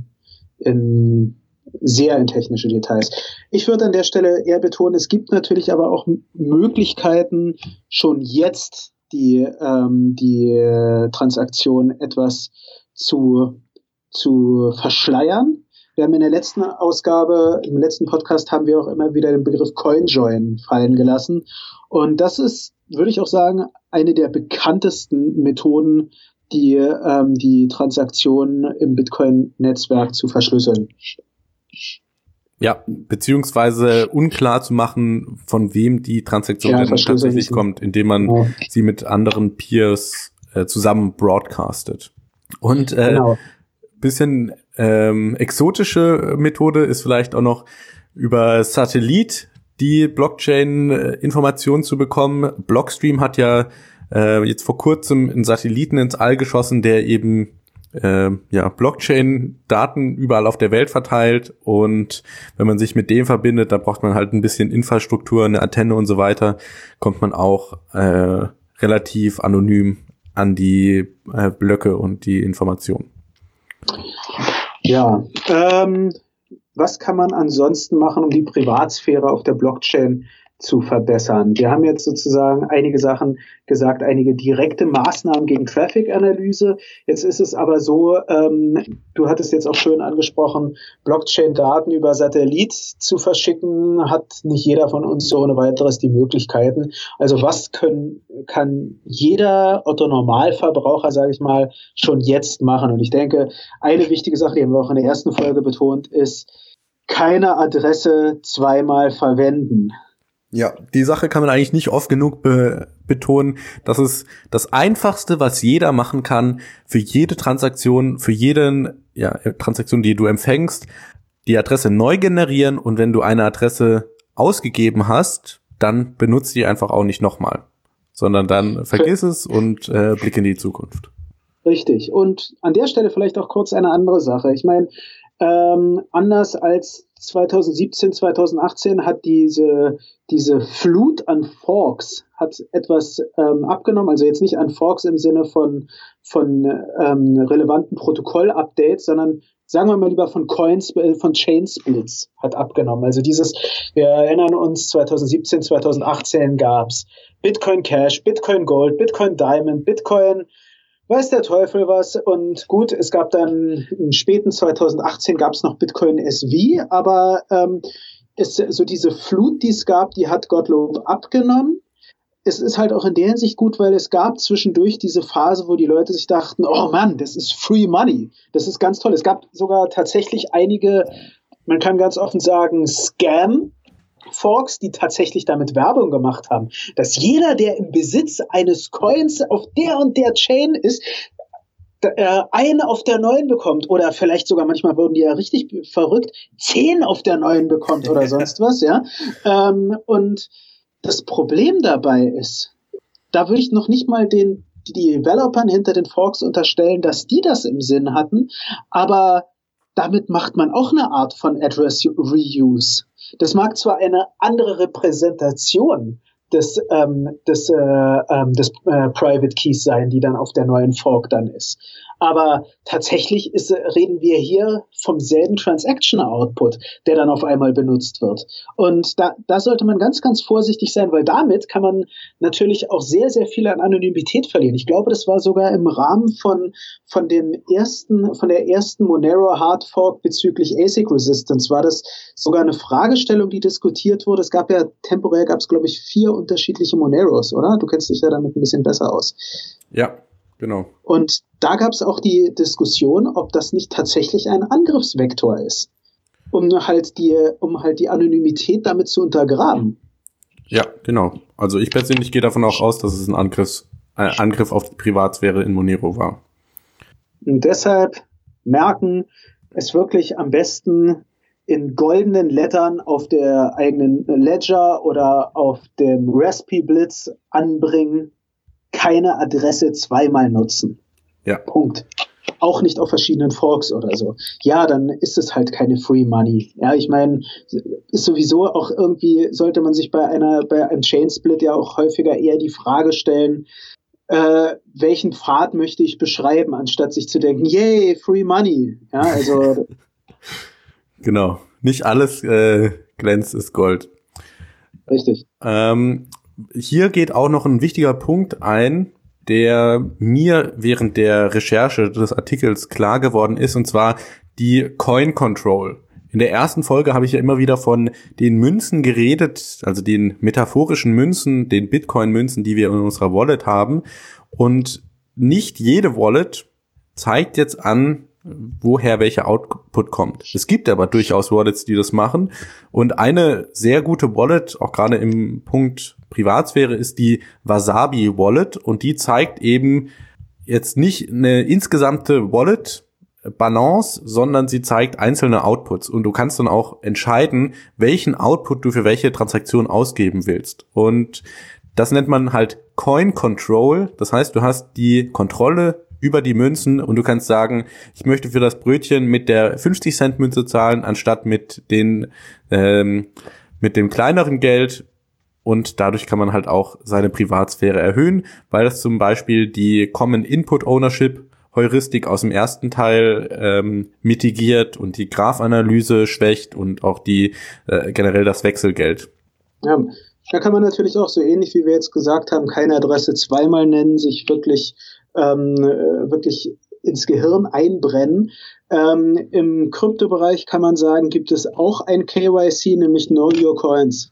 in sehr in technische Details. Ich würde an der Stelle eher betonen, es gibt natürlich aber auch Möglichkeiten, schon jetzt die, ähm, die äh, Transaktion etwas zu, zu verschleiern. wir haben in der letzten Ausgabe, im letzten Podcast haben wir auch immer wieder den Begriff CoinJoin fallen gelassen. Und das ist, würde ich auch sagen, eine der bekanntesten Methoden, die, ähm, die Transaktionen im Bitcoin-Netzwerk zu verschlüsseln. Ja, beziehungsweise unklar zu machen, von wem die Transaktion ja, denn tatsächlich kommt, indem man ja. sie mit anderen Peers äh, zusammen broadcastet. Und äh, genau. bisschen ähm, exotische Methode ist vielleicht auch noch über Satellit die Blockchain-Informationen zu bekommen. Blockstream hat ja äh, jetzt vor kurzem einen Satelliten ins All geschossen, der eben äh, ja Blockchain-Daten überall auf der Welt verteilt. Und wenn man sich mit dem verbindet, da braucht man halt ein bisschen Infrastruktur, eine Antenne und so weiter, kommt man auch äh, relativ anonym an die äh, Blöcke und die Informationen. Ja, ähm, was kann man ansonsten machen, um die Privatsphäre auf der Blockchain zu verbessern? Wir haben jetzt sozusagen einige Sachen gesagt, einige direkte Maßnahmen gegen Traffic-Analyse. Jetzt ist es aber so, ähm, du hattest jetzt auch schön angesprochen, Blockchain-Daten über Satellit zu verschicken, hat nicht jeder von uns so ohne weiteres die Möglichkeiten. Also was können, kann jeder Otto-Normalverbraucher, sage ich mal, schon jetzt machen? Und ich denke, eine wichtige Sache, die haben wir auch in der ersten Folge betont, ist, keine Adresse zweimal verwenden. Ja, die Sache kann man eigentlich nicht oft genug be- betonen. Das ist das Einfachste, was jeder machen kann für jede Transaktion, für jeden ja, Transaktion, die du empfängst, die Adresse neu generieren, und wenn du eine Adresse ausgegeben hast, dann benutzt die einfach auch nicht nochmal, sondern dann vergiss es und äh, blick in die Zukunft. Richtig. Und an der Stelle vielleicht auch kurz eine andere Sache. Ich meine, ähm, anders als zwanzig siebzehn, zwanzig achtzehn hat diese diese Flut an Forks hat etwas ähm, abgenommen, also jetzt nicht an Forks im Sinne von von ähm, relevanten Protokoll-Updates, sondern sagen wir mal lieber von Coins, äh, von Chain-Splits hat abgenommen. Also dieses, wir erinnern uns, zwanzig siebzehn, zwanzig achtzehn gab's Bitcoin Cash, Bitcoin Gold, Bitcoin Diamond, Bitcoin weiß der Teufel was. Und gut, es gab dann im späten zwanzig achtzehn gab es noch Bitcoin S V, aber ähm, es, so diese Flut, die es gab, die hat Gottlob abgenommen. Es ist halt auch in der Hinsicht gut, weil es gab zwischendurch diese Phase, wo die Leute sich dachten, oh Mann, das ist Free Money. Das ist ganz toll. Es gab sogar tatsächlich einige, man kann ganz offen sagen, Scam Forks, die tatsächlich damit Werbung gemacht haben, dass jeder, der im Besitz eines Coins auf der und der Chain ist, äh, eine auf der neuen bekommt, oder vielleicht sogar, manchmal wurden die ja richtig verrückt, zehn auf der neuen bekommt oder sonst was, ja. Ähm, und das Problem dabei ist, da würde ich noch nicht mal den die Developern hinter den Forks unterstellen, dass die das im Sinn hatten, aber damit macht man auch eine Art von Address Reuse. Das mag zwar eine andere Repräsentation des, ähm, des, äh, ähm, des äh, Private Keys sein, die dann auf der neuen Fork dann ist. Aber tatsächlich ist, reden wir hier vom selben Transaction Output, der dann auf einmal benutzt wird. Und da, da sollte man ganz, ganz vorsichtig sein, weil damit kann man natürlich auch sehr, sehr viel an Anonymität verlieren. Ich glaube, das war sogar im Rahmen von, von dem ersten, von der ersten Monero Hard Fork bezüglich A S I C Resistance war das sogar eine Fragestellung, die diskutiert wurde. Es gab ja, temporär gab es, glaube ich, vier unterschiedliche Moneros, oder? Du kennst dich ja damit ein bisschen besser aus. Ja. Genau. Und da gab es auch die Diskussion, ob das nicht tatsächlich ein Angriffsvektor ist, um halt die, um halt die Anonymität damit zu untergraben. Ja, genau. Also ich persönlich gehe davon auch aus, dass es ein Angriffs, äh, Angriff auf die Privatsphäre in Monero war. Und deshalb merken, es wirklich am besten in goldenen Lettern auf der eigenen Ledger oder auf dem Raspi-Blitz anbringen. Keine Adresse zweimal nutzen. Ja. Punkt. Auch nicht auf verschiedenen Forks oder so. Ja, dann ist es halt keine Free Money. Ja, ich meine, ist sowieso auch irgendwie, sollte man sich bei einer, bei einem Chain-Split ja auch häufiger eher die Frage stellen, äh, welchen Pfad möchte ich beschreiben, anstatt sich zu denken, yay, Free Money. Ja, also. Genau. Nicht alles äh, glänzt, ist Gold. Richtig. Ähm, Hier geht auch noch ein wichtiger Punkt ein, der mir während der Recherche des Artikels klar geworden ist, und zwar die Coin Control. In der ersten Folge habe ich ja immer wieder von den Münzen geredet, also den metaphorischen Münzen, den Bitcoin-Münzen, die wir in unserer Wallet haben. Und nicht jede Wallet zeigt jetzt an, woher welcher Output kommt. Es gibt aber durchaus Wallets, die das machen. Und eine sehr gute Wallet, auch gerade im Punkt Privatsphäre, ist die Wasabi Wallet. Und die zeigt eben jetzt nicht eine insgesamte Wallet Balance, sondern sie zeigt einzelne Outputs. Und du kannst dann auch entscheiden, welchen Output du für welche Transaktion ausgeben willst. Und das nennt man halt Coin Control. Das heißt, du hast die Kontrolle über die Münzen und du kannst sagen, ich möchte für das Brötchen mit der fünfzig Cent Münze zahlen, anstatt mit den ähm, mit dem kleineren Geld, und dadurch kann man halt auch seine Privatsphäre erhöhen, weil das zum Beispiel die Common Input Ownership Heuristik aus dem ersten Teil ähm, mitigiert und die Graphanalyse schwächt und auch die äh, generell das Wechselgeld. Ja, da kann man natürlich auch so ähnlich wie wir jetzt gesagt haben, keine Adresse zweimal nennen, sich wirklich ähm, wirklich ins Gehirn einbrennen. Ähm, Im Kryptobereich kann man sagen, gibt es auch ein K Y C, nämlich Know Your Coins.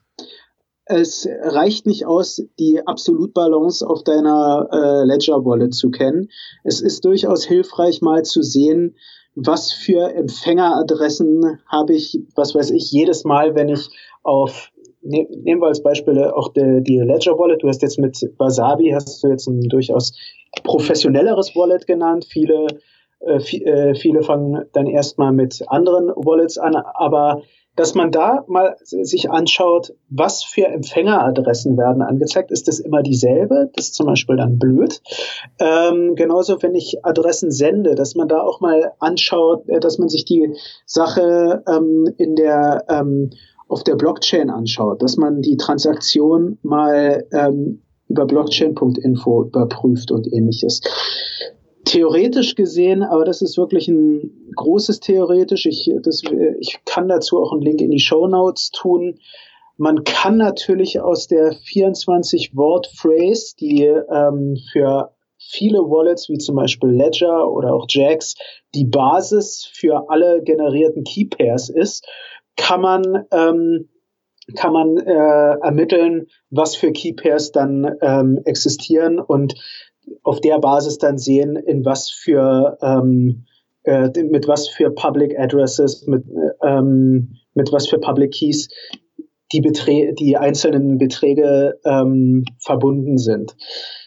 Es reicht nicht aus, die Absolutbalance auf deiner äh, Ledger-Wallet zu kennen. Es ist durchaus hilfreich, mal zu sehen, was für Empfängeradressen habe ich, was weiß ich, jedes Mal, wenn ich auf, ne, nehmen wir als Beispiel auch die, die Ledger-Wallet, du hast jetzt mit Wasabi, hast du jetzt ein durchaus professionelleres Wallet genannt. Viele, äh, viele fangen dann erstmal mit anderen Wallets an, aber dass man da mal sich anschaut, was für Empfängeradressen werden angezeigt, ist das immer dieselbe? Das ist zum Beispiel dann blöd. Ähm, genauso, wenn ich Adressen sende, dass man da auch mal anschaut, dass man sich die Sache ähm, in der ähm, auf der Blockchain anschaut, dass man die Transaktion mal ähm, über blockchain Punkt info überprüft und ähnliches. Theoretisch gesehen, aber das ist wirklich ein großes Theoretisch, ich, das, ich kann dazu auch einen Link in die Shownotes tun. Man kann natürlich aus der vierundzwanzig-Wort-Phrase, die ähm, für viele Wallets wie zum Beispiel Ledger oder auch Jax die Basis für alle generierten Keypairs ist, kann man ähm, kann man äh, ermitteln, was für Keypairs dann ähm, existieren und auf der Basis dann sehen, in was für ähm, äh, mit was für Public Addresses, mit ähm, mit was für Public Keys die Beträ- die einzelnen Beträge ähm, verbunden sind.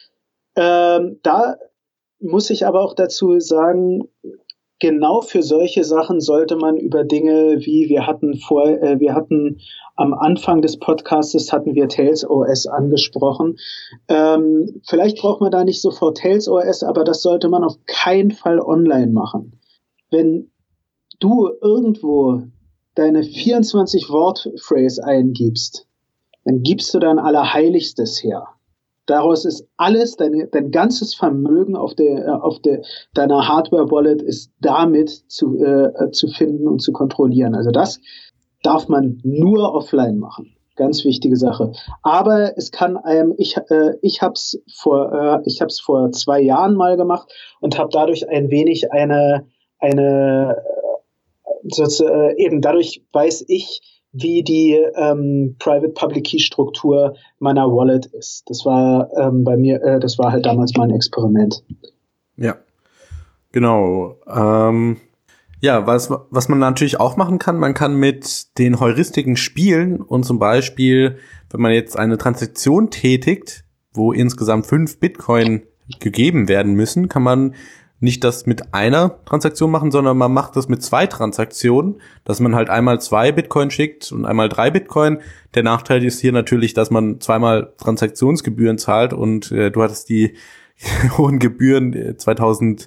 Ähm, da muss ich aber auch dazu sagen, genau für solche Sachen sollte man über Dinge wie wir hatten vor, äh, wir hatten am Anfang des Podcastes hatten wir Tails O S angesprochen. Ähm, vielleicht braucht man da nicht sofort Tails O S, aber das sollte man auf keinen Fall online machen. Wenn du irgendwo deine vierundzwanzig-Wort-Phrase eingibst, dann gibst du dann Allerheiligstes her. Daraus ist alles, dein, dein ganzes Vermögen auf der, auf der, deiner Hardware-Wallet ist damit zu, äh, zu finden und zu kontrollieren. Also das darf man nur offline machen. Ganz wichtige Sache. Aber es kann einem, ich, äh, ich hab's vor, äh, ich hab's vor zwei Jahren mal gemacht und habe dadurch ein wenig eine, eine, so, äh, eben dadurch weiß ich, wie die ähm, Private-Public-Key-Struktur meiner Wallet ist. Das war ähm, bei mir, äh, das war halt damals mal ein Experiment. Ja, genau. Ähm, ja, was was man natürlich auch machen kann, man kann mit den Heuristiken spielen und zum Beispiel, wenn man jetzt eine Transaktion tätigt, wo insgesamt fünf Bitcoin gegeben werden müssen, kann man nicht das mit einer Transaktion machen, sondern man macht das mit zwei Transaktionen, dass man halt einmal zwei Bitcoin schickt und einmal drei Bitcoin. Der Nachteil ist hier natürlich, dass man zweimal Transaktionsgebühren zahlt und äh, du hattest die hohen Gebühren zwanzig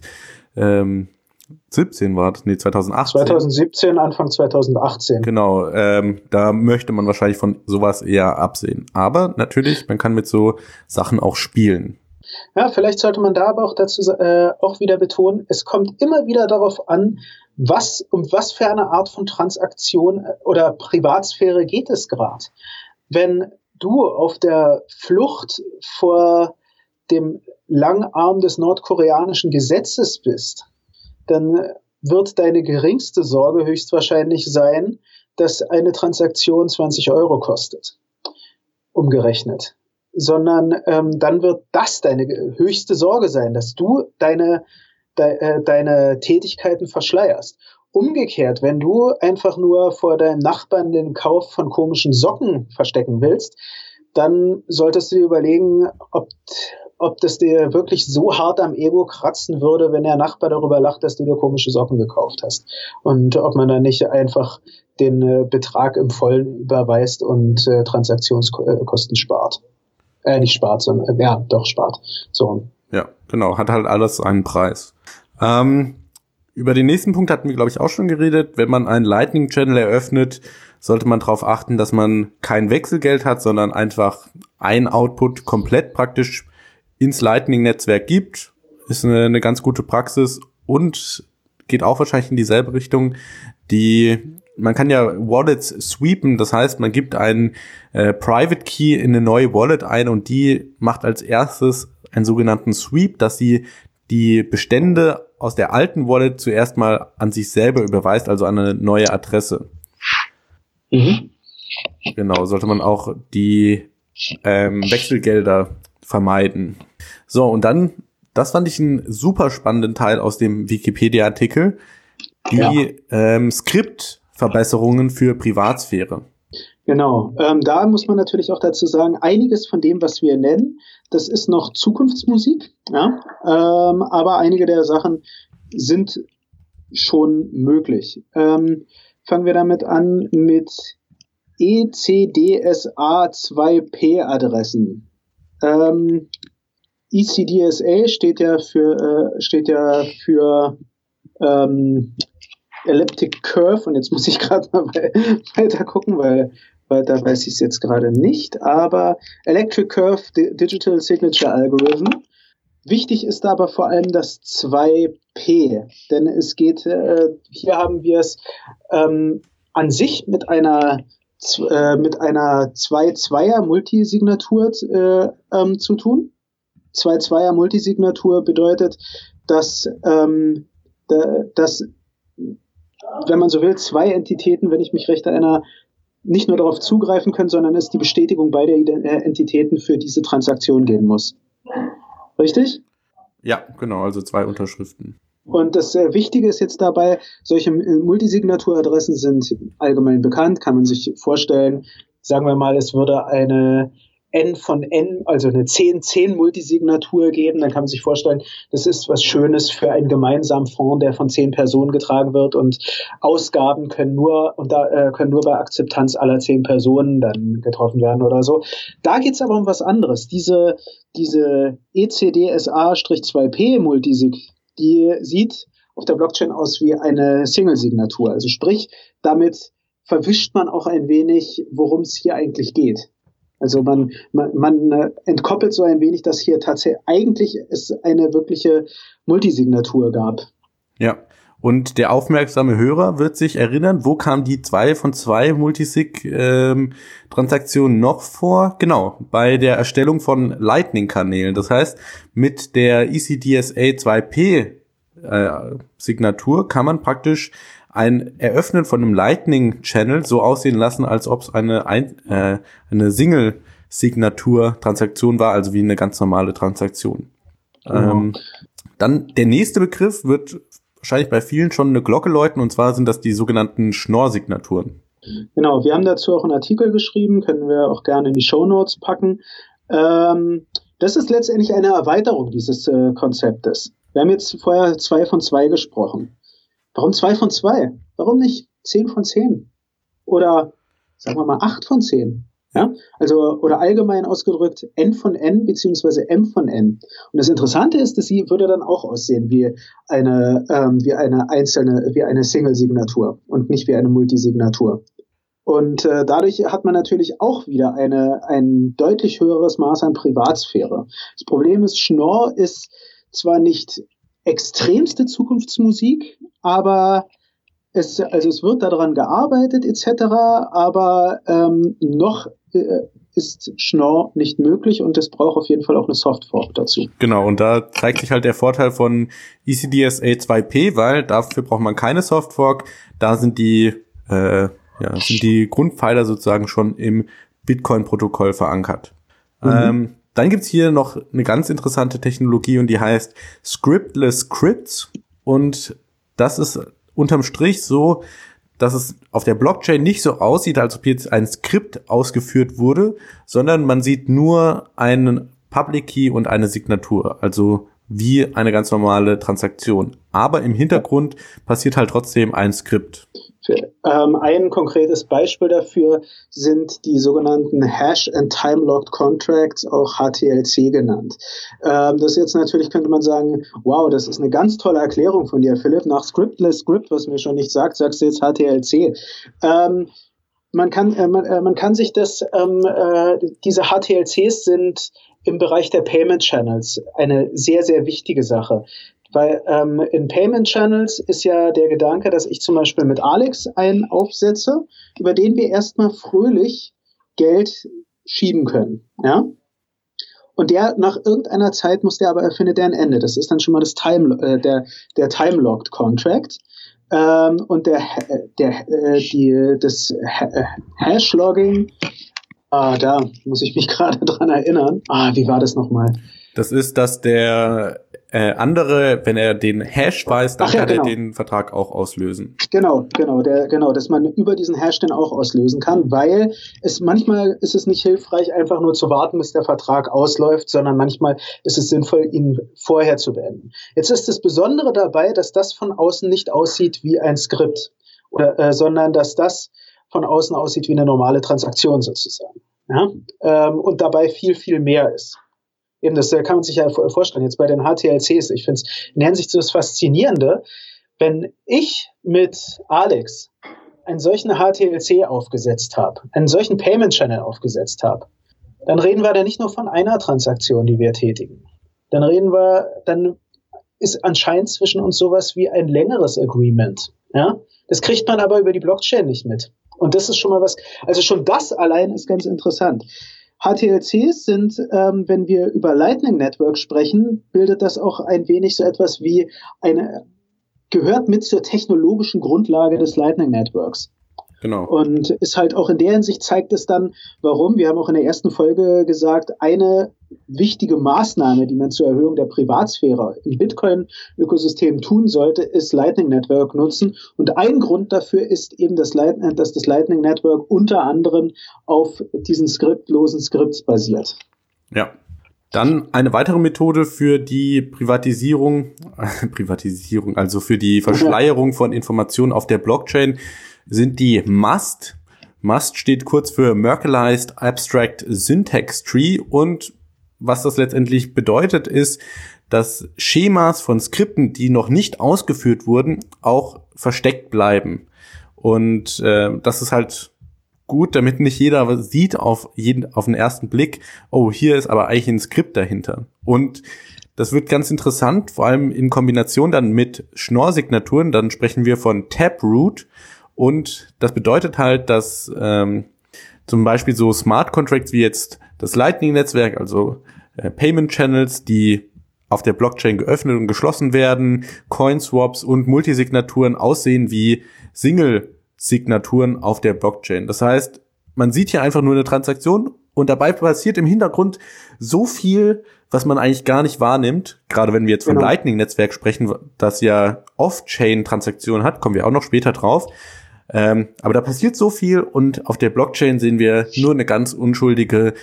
siebzehn war das, nee, zwanzig achtzehn. zwanzig siebzehn, Anfang zwanzig achtzehn. Genau, ähm, da möchte man wahrscheinlich von sowas eher absehen. Aber natürlich, man kann mit so Sachen auch spielen. Ja, vielleicht sollte man da aber auch dazu äh, auch wieder betonen, es kommt immer wieder darauf an, was um was für eine Art von Transaktion oder Privatsphäre geht es gerade. Wenn du auf der Flucht vor dem Langarm des nordkoreanischen Gesetzes bist, dann wird deine geringste Sorge höchstwahrscheinlich sein, dass eine Transaktion zwanzig Euro kostet, umgerechnet. Sondern ähm, dann wird das deine höchste Sorge sein, dass du deine, de, äh, deine Tätigkeiten verschleierst. Umgekehrt, wenn du einfach nur vor deinem Nachbarn den Kauf von komischen Socken verstecken willst, dann solltest du dir überlegen, ob, ob das dir wirklich so hart am Ego kratzen würde, wenn der Nachbar darüber lacht, dass du dir komische Socken gekauft hast. Und ob man dann nicht einfach den äh, Betrag im Vollen überweist und äh, Transaktionskosten spart. Äh, nicht spart, sondern, äh, ja, doch spart. So. Ja, genau, hat halt alles einen Preis. Ähm, über den nächsten Punkt hatten wir, glaube ich, auch schon geredet. Wenn man einen Lightning-Channel eröffnet, sollte man darauf achten, dass man kein Wechselgeld hat, sondern einfach ein Output komplett praktisch ins Lightning-Netzwerk gibt. Ist eine, eine ganz gute Praxis und geht auch wahrscheinlich in dieselbe Richtung. Die Man kann ja Wallets sweepen, das heißt, man gibt einen äh, Private Key in eine neue Wallet ein und die macht als erstes einen sogenannten Sweep, dass sie die Bestände aus der alten Wallet zuerst mal an sich selber überweist, also an eine neue Adresse. Mhm. Genau, sollte man auch die ähm, Wechselgelder vermeiden. So, und dann, das fand ich einen super spannenden Teil aus dem Wikipedia-Artikel, die ja. ähm, Skriptverbesserungen für Privatsphäre. Genau, ähm, da muss man natürlich auch dazu sagen, einiges von dem, was wir nennen, das ist noch Zukunftsmusik, ja, ähm, aber einige der Sachen sind schon möglich. Ähm, fangen wir damit an mit E C D S A zwei P Adressen. Ähm, E C D S A steht ja für, äh, steht ja für ähm, Elliptic Curve, und jetzt muss ich gerade mal weiter gucken, weil weiter weiß ich es jetzt gerade nicht, aber Electric Curve Digital Signature Algorithm. Wichtig ist aber vor allem das zwei P, denn es geht, äh, hier haben wir es ähm, an sich mit einer äh, mit einer zwei Zweier Multisignatur äh, ähm, zu tun. zwei Zweier Multisignatur bedeutet, dass, ähm, da, dass wenn man so will, zwei Entitäten, wenn ich mich recht erinnere, nicht nur darauf zugreifen können, sondern es die Bestätigung beider Entitäten für diese Transaktion geben muss. Richtig? Ja, genau, also zwei Unterschriften. Und das äh, Wichtige ist jetzt dabei, solche Multisignatur-Adressen sind allgemein bekannt, kann man sich vorstellen. Sagen wir mal, es würde eine N von N, also eine zehn zehn Multisignatur geben, dann kann man sich vorstellen, das ist was Schönes für einen gemeinsamen Fonds, der von zehn Personen getragen wird, und Ausgaben können nur und da äh, können nur bei Akzeptanz aller zehn Personen dann getroffen werden oder so. Da geht es aber um was anderes. Diese diese E C D S A zwei P Multisig, die sieht auf der Blockchain aus wie eine Single-Signatur. Also sprich, damit verwischt man auch ein wenig, worum es hier eigentlich geht. Also man, man, man entkoppelt so ein wenig, dass hier tatsächlich eigentlich es eine wirkliche Multisignatur gab. Ja, und der aufmerksame Hörer wird sich erinnern, wo kam die zwei von zwei Multisig-Transaktionen ähm, noch vor? Genau, bei der Erstellung von Lightning-Kanälen. Das heißt, mit der E C D S A zwei P äh, Signatur kann man praktisch ein Eröffnen von einem Lightning-Channel so aussehen lassen, als ob es eine, ein, äh, eine Single-Signatur-Transaktion war, also wie eine ganz normale Transaktion. Genau. Ähm, dann der nächste Begriff wird wahrscheinlich bei vielen schon eine Glocke läuten, und zwar sind das die sogenannten Schnorr-Signaturen. Genau, wir haben dazu auch einen Artikel geschrieben, können wir auch gerne in die Shownotes packen. Ähm, das ist letztendlich eine Erweiterung dieses äh, Konzeptes. Wir haben jetzt vorher zwei von zwei gesprochen. Warum zwei von zwei? Warum nicht zehn von zehn? Oder sagen wir mal acht von zehn? Ja? Also, oder allgemein ausgedrückt N von N beziehungsweise M von N. Und das Interessante ist, dass sie würde dann auch aussehen wie eine, ähm, wie eine einzelne, wie eine Single-Signatur und nicht wie eine Multisignatur. Und äh, dadurch hat man natürlich auch wieder eine, ein deutlich höheres Maß an Privatsphäre. Das Problem ist, Schnorr ist zwar nicht extremste Zukunftsmusik, aber es, also es wird daran gearbeitet et cetera, aber ähm, noch äh, ist Schnorr nicht möglich und es braucht auf jeden Fall auch eine Softfork dazu. Genau, und da zeigt sich halt der Vorteil von E C D S A zwei P, weil dafür braucht man keine Softfork. Da sind die, äh, ja, sind die Grundpfeiler sozusagen schon im Bitcoin-Protokoll verankert. Mhm. Ähm, dann gibt's hier noch eine ganz interessante Technologie und die heißt Scriptless Scripts. Und das ist unterm Strich so, dass es auf der Blockchain nicht so aussieht, als ob jetzt ein Skript ausgeführt wurde, sondern man sieht nur einen Public Key und eine Signatur, also wie eine ganz normale Transaktion. Aber im Hintergrund passiert halt trotzdem ein Skript. Für, ähm, ein konkretes Beispiel dafür sind die sogenannten Hash- and Time-Locked Contracts, auch H T L C genannt. Ähm, das jetzt natürlich könnte man sagen, wow, das ist eine ganz tolle Erklärung von dir, Philipp. Nach Scriptless Script, was mir schon nicht sagt, sagst du jetzt H T L C. Ähm, man kann, äh, man, äh, man kann sich das, ähm, äh, diese H T L Cs sind im Bereich der Payment Channels eine sehr, sehr wichtige Sache. Weil ähm, in Payment Channels ist ja der Gedanke, dass ich zum Beispiel mit Alex einen aufsetze, über den wir erstmal fröhlich Geld schieben können. Ja? Und der nach irgendeiner Zeit muss der aber findet der ein Ende. Das ist dann schon mal das Time, äh, der, der Time-Locked Contract. Ähm, und der, der, äh, die, das Hash-Logging, ah, da muss ich mich gerade dran erinnern. Ah, wie war das nochmal? Das ist, dass der äh, andere, wenn er den Hash weiß, dann Ach ja, kann genau. er den Vertrag auch auslösen. Genau, genau, der, genau, dass man über diesen Hash den auch auslösen kann, weil es manchmal ist es nicht hilfreich, einfach nur zu warten, bis der Vertrag ausläuft, sondern manchmal ist es sinnvoll, ihn vorher zu beenden. Jetzt ist das Besondere dabei, dass das von außen nicht aussieht wie ein Skript, oder, äh, sondern dass das von außen aussieht wie eine normale Transaktion sozusagen. Ja? Ähm, und dabei viel, viel mehr ist. Eben, das kann man sich ja vorstellen, jetzt bei den H T L Cs. Ich finde es in der Hinsicht so das Faszinierende, wenn ich mit Alex einen solchen H T L C aufgesetzt habe, einen solchen Payment Channel aufgesetzt habe, dann reden wir da nicht nur von einer Transaktion, die wir tätigen. Dann reden wir, dann ist anscheinend zwischen uns sowas wie ein längeres Agreement. Ja? Das kriegt man aber über die Blockchain nicht mit. Und das ist schon mal was, also schon das allein ist ganz interessant. H T L Cs sind, ähm, wenn wir über Lightning Network sprechen, bildet das auch ein wenig so etwas wie eine, gehört mit zur technologischen Grundlage des Lightning Networks. Genau. Und ist halt auch in der Hinsicht zeigt es dann, warum, wir haben auch in der ersten Folge gesagt, eine wichtige Maßnahme, die man zur Erhöhung der Privatsphäre im Bitcoin-Ökosystem tun sollte, ist Lightning Network nutzen. Und ein Grund dafür ist eben, dass, Light- dass das Lightning Network unter anderem auf diesen skriptlosen Skripts basiert. Ja. Dann eine weitere Methode für die Privatisierung, äh, Privatisierung, also für die Verschleierung von Informationen auf der Blockchain sind die M A S T. M A S T steht kurz für Merkleized Abstract Syntax Tree und was das letztendlich bedeutet ist, dass Schemas von Skripten, die noch nicht ausgeführt wurden, auch versteckt bleiben. Und äh, das ist halt gut, damit nicht jeder sieht auf jeden, auf den ersten Blick, oh, hier ist aber eigentlich ein Skript dahinter. Und das wird ganz interessant, vor allem in Kombination dann mit Schnorr-Signaturen, dann sprechen wir von Taproot. Und das bedeutet halt, dass ähm, zum Beispiel so Smart Contracts wie jetzt das Lightning-Netzwerk, also äh, Payment Channels, die auf der Blockchain geöffnet und geschlossen werden, Coin-Swaps und Multisignaturen aussehen wie Single-Signaturen auf der Blockchain. Das heißt, man sieht hier einfach nur eine Transaktion und dabei passiert im Hintergrund so viel, was man eigentlich gar nicht wahrnimmt. Gerade wenn wir jetzt vom Genau. Lightning-Netzwerk sprechen, das ja Off-Chain-Transaktionen hat, kommen wir auch noch später drauf. Ähm, aber da passiert so viel und auf der Blockchain sehen wir nur eine ganz unschuldige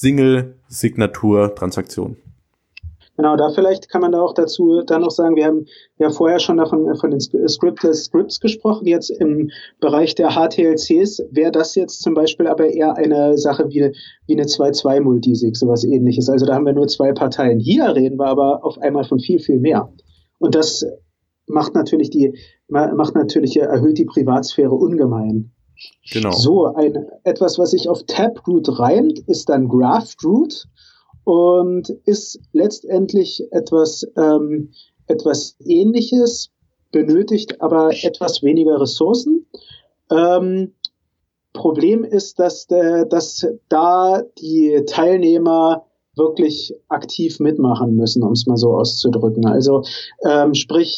Single-Signatur-Transaktion. Genau, da vielleicht kann man da auch dazu dann noch sagen, wir haben ja vorher schon davon von den Scriptless Scripts gesprochen. Jetzt im Bereich der H T L Cs wäre das jetzt zum Beispiel aber eher eine Sache wie, wie eine zwei zwei Multisig, sowas ähnliches. Also da haben wir nur zwei Parteien. Hier reden wir aber auf einmal von viel, viel mehr. Und das macht natürlich die, macht natürlich, erhöht die Privatsphäre ungemein. Genau. So, ein, etwas, was sich auf Taproot reimt, ist dann Graftroot und ist letztendlich etwas, ähm, etwas Ähnliches, benötigt aber etwas weniger Ressourcen. Ähm, Problem ist, dass, äh, dass da die Teilnehmer wirklich aktiv mitmachen müssen, um es mal so auszudrücken. Also ähm, sprich,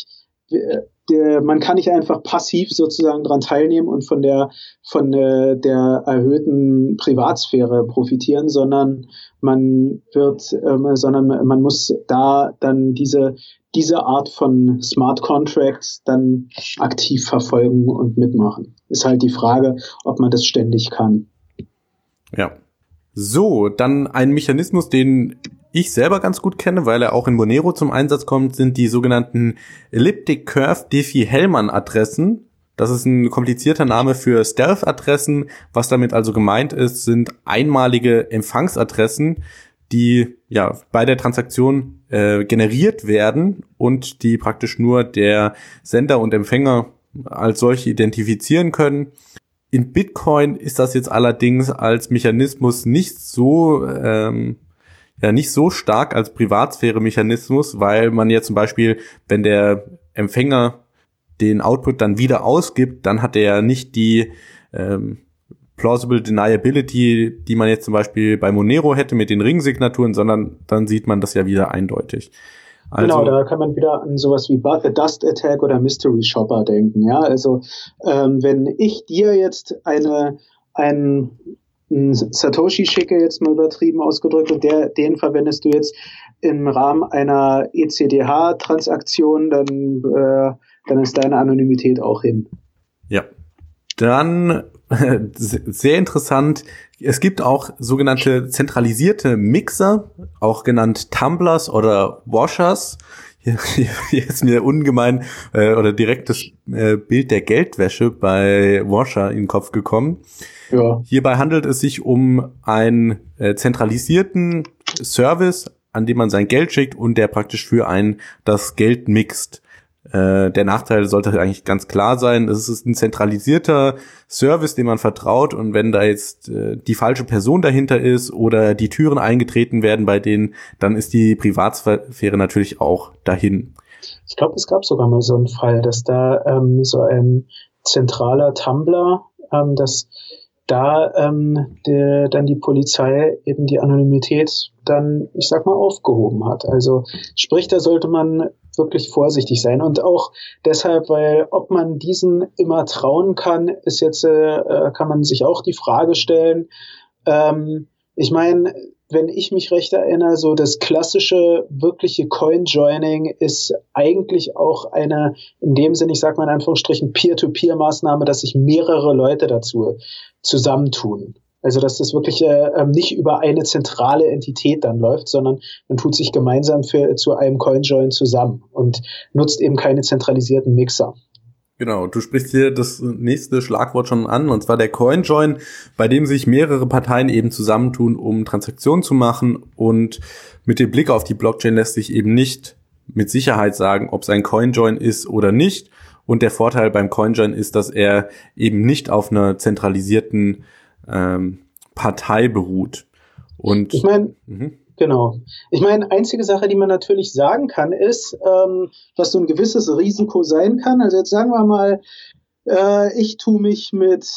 der, man kann nicht einfach passiv sozusagen dran teilnehmen und von der von der, der erhöhten Privatsphäre profitieren, sondern man wird, ähm, sondern man muss da dann diese diese Art von Smart Contracts dann aktiv verfolgen und mitmachen. Ist halt die Frage, ob man das ständig kann. Ja. So, dann ein Mechanismus, den ich selber ganz gut kenne, weil er auch in Monero zum Einsatz kommt, sind die sogenannten Elliptic Curve Diffie-Hellman-Adressen. Das ist ein komplizierter Name für Stealth-Adressen. Was damit also gemeint ist, sind einmalige Empfangsadressen, die ja bei der Transaktion äh, generiert werden und die praktisch nur der Sender und Empfänger als solche identifizieren können. In Bitcoin ist das jetzt allerdings als Mechanismus nicht so ähm, ja nicht so stark als Privatsphäre-Mechanismus, weil man ja zum Beispiel, wenn der Empfänger den Output dann wieder ausgibt, dann hat er ja nicht die ähm, Plausible Deniability, die man jetzt zum Beispiel bei Monero hätte mit den Ringsignaturen, sondern dann sieht man das ja wieder eindeutig. Also, genau, da kann man wieder an sowas wie Dust Attack oder Mystery Shopper denken. Ja, also ähm, wenn ich dir jetzt eine ein, ein Satoshi schicke, jetzt mal übertrieben ausgedrückt, und der den verwendest du jetzt im Rahmen einer E C D H-Transaktion, dann äh, dann ist deine Anonymität auch hin. Ja, dann sehr interessant. Es gibt auch sogenannte zentralisierte Mixer, auch genannt Tumblers oder Washers. Hier, hier ist mir ungemein äh, oder direktes äh, Bild der Geldwäsche bei Washer in den Kopf gekommen. Ja. Hierbei handelt es sich um einen äh, zentralisierten Service, an dem man sein Geld schickt und der praktisch für einen das Geld mixt. Äh, der Nachteil sollte eigentlich ganz klar sein, es ist ein zentralisierter Service, dem man vertraut, und wenn da jetzt äh, die falsche Person dahinter ist oder die Türen eingetreten werden bei denen, dann ist die Privatsphäre natürlich auch dahin. Ich glaube, es gab sogar mal so einen Fall, dass da ähm, so ein zentraler Tumblr, ähm, dass da ähm, der, dann die Polizei eben die Anonymität dann, ich sag mal, aufgehoben hat. Also sprich, da sollte man wirklich vorsichtig sein, und auch deshalb, weil ob man diesen immer trauen kann, ist jetzt äh, kann man sich auch die Frage stellen. Ähm, ich meine, wenn ich mich recht erinnere, so das klassische wirkliche Coin-Joining ist eigentlich auch eine, in dem Sinne, ich sag mal in Anführungsstrichen, Peer-to-Peer-Maßnahme, dass sich mehrere Leute dazu zusammentun. Also dass das wirklich äh, nicht über eine zentrale Entität dann läuft, sondern man tut sich gemeinsam für, zu einem CoinJoin zusammen und nutzt eben keine zentralisierten Mixer. Genau, du sprichst hier das nächste Schlagwort schon an, und zwar der CoinJoin, bei dem sich mehrere Parteien eben zusammentun, um Transaktionen zu machen, und mit dem Blick auf die Blockchain lässt sich eben nicht mit Sicherheit sagen, ob es ein CoinJoin ist oder nicht. Und der Vorteil beim CoinJoin ist, dass er eben nicht auf einer zentralisierten ähm, Partei beruht. Und ich meine, genau. Ich meine, einzige Sache, die man natürlich sagen kann, ist, ähm, was so ein gewisses Risiko sein kann. Also jetzt sagen wir mal, äh, ich tue mich mit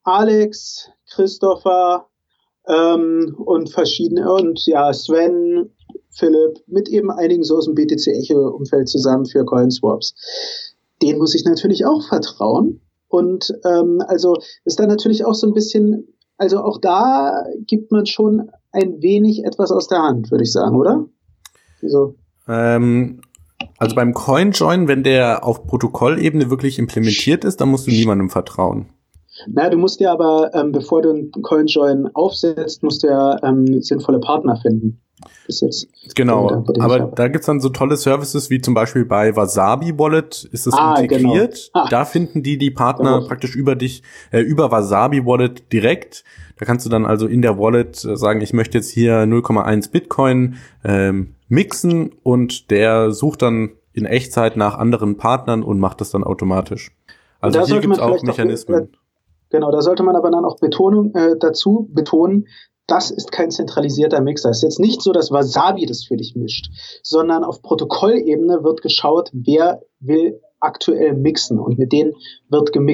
Alex, Christopher ähm, und verschiedene und ja Sven, Philipp, mit eben einigen so aus dem B T C Echo-Umfeld zusammen für CoinSwaps. Den muss ich natürlich auch vertrauen. Und ähm, also ist da natürlich auch so ein bisschen, also auch da gibt man schon ein wenig etwas aus der Hand, würde ich sagen, oder? Also, ähm, also beim CoinJoin, wenn der auf Protokollebene wirklich implementiert ist, dann musst du niemandem vertrauen. Na, du musst ja aber, ähm, bevor du einen CoinJoin aufsetzt, musst du ja ähm, sinnvolle Partner finden. Bis jetzt. Genau, aber da gibt's dann so tolle Services wie zum Beispiel bei Wasabi Wallet ist es ah, integriert. Genau. Ah. Da finden die die Partner genau. praktisch über dich, äh, über Wasabi Wallet direkt. Da kannst du dann also in der Wallet äh, sagen, ich möchte jetzt hier null Komma eins Bitcoin ähm, mixen, und der sucht dann in Echtzeit nach anderen Partnern und macht das dann automatisch. Also hier gibt's auch Mechanismen. Auch, äh, genau, da sollte man aber dann auch Betonung äh, dazu betonen, das ist kein zentralisierter Mixer. Es ist jetzt nicht so, dass Wasabi das für dich mischt, sondern auf Protokollebene wird geschaut, wer will aktuell mixen, und mit denen wird gemixt.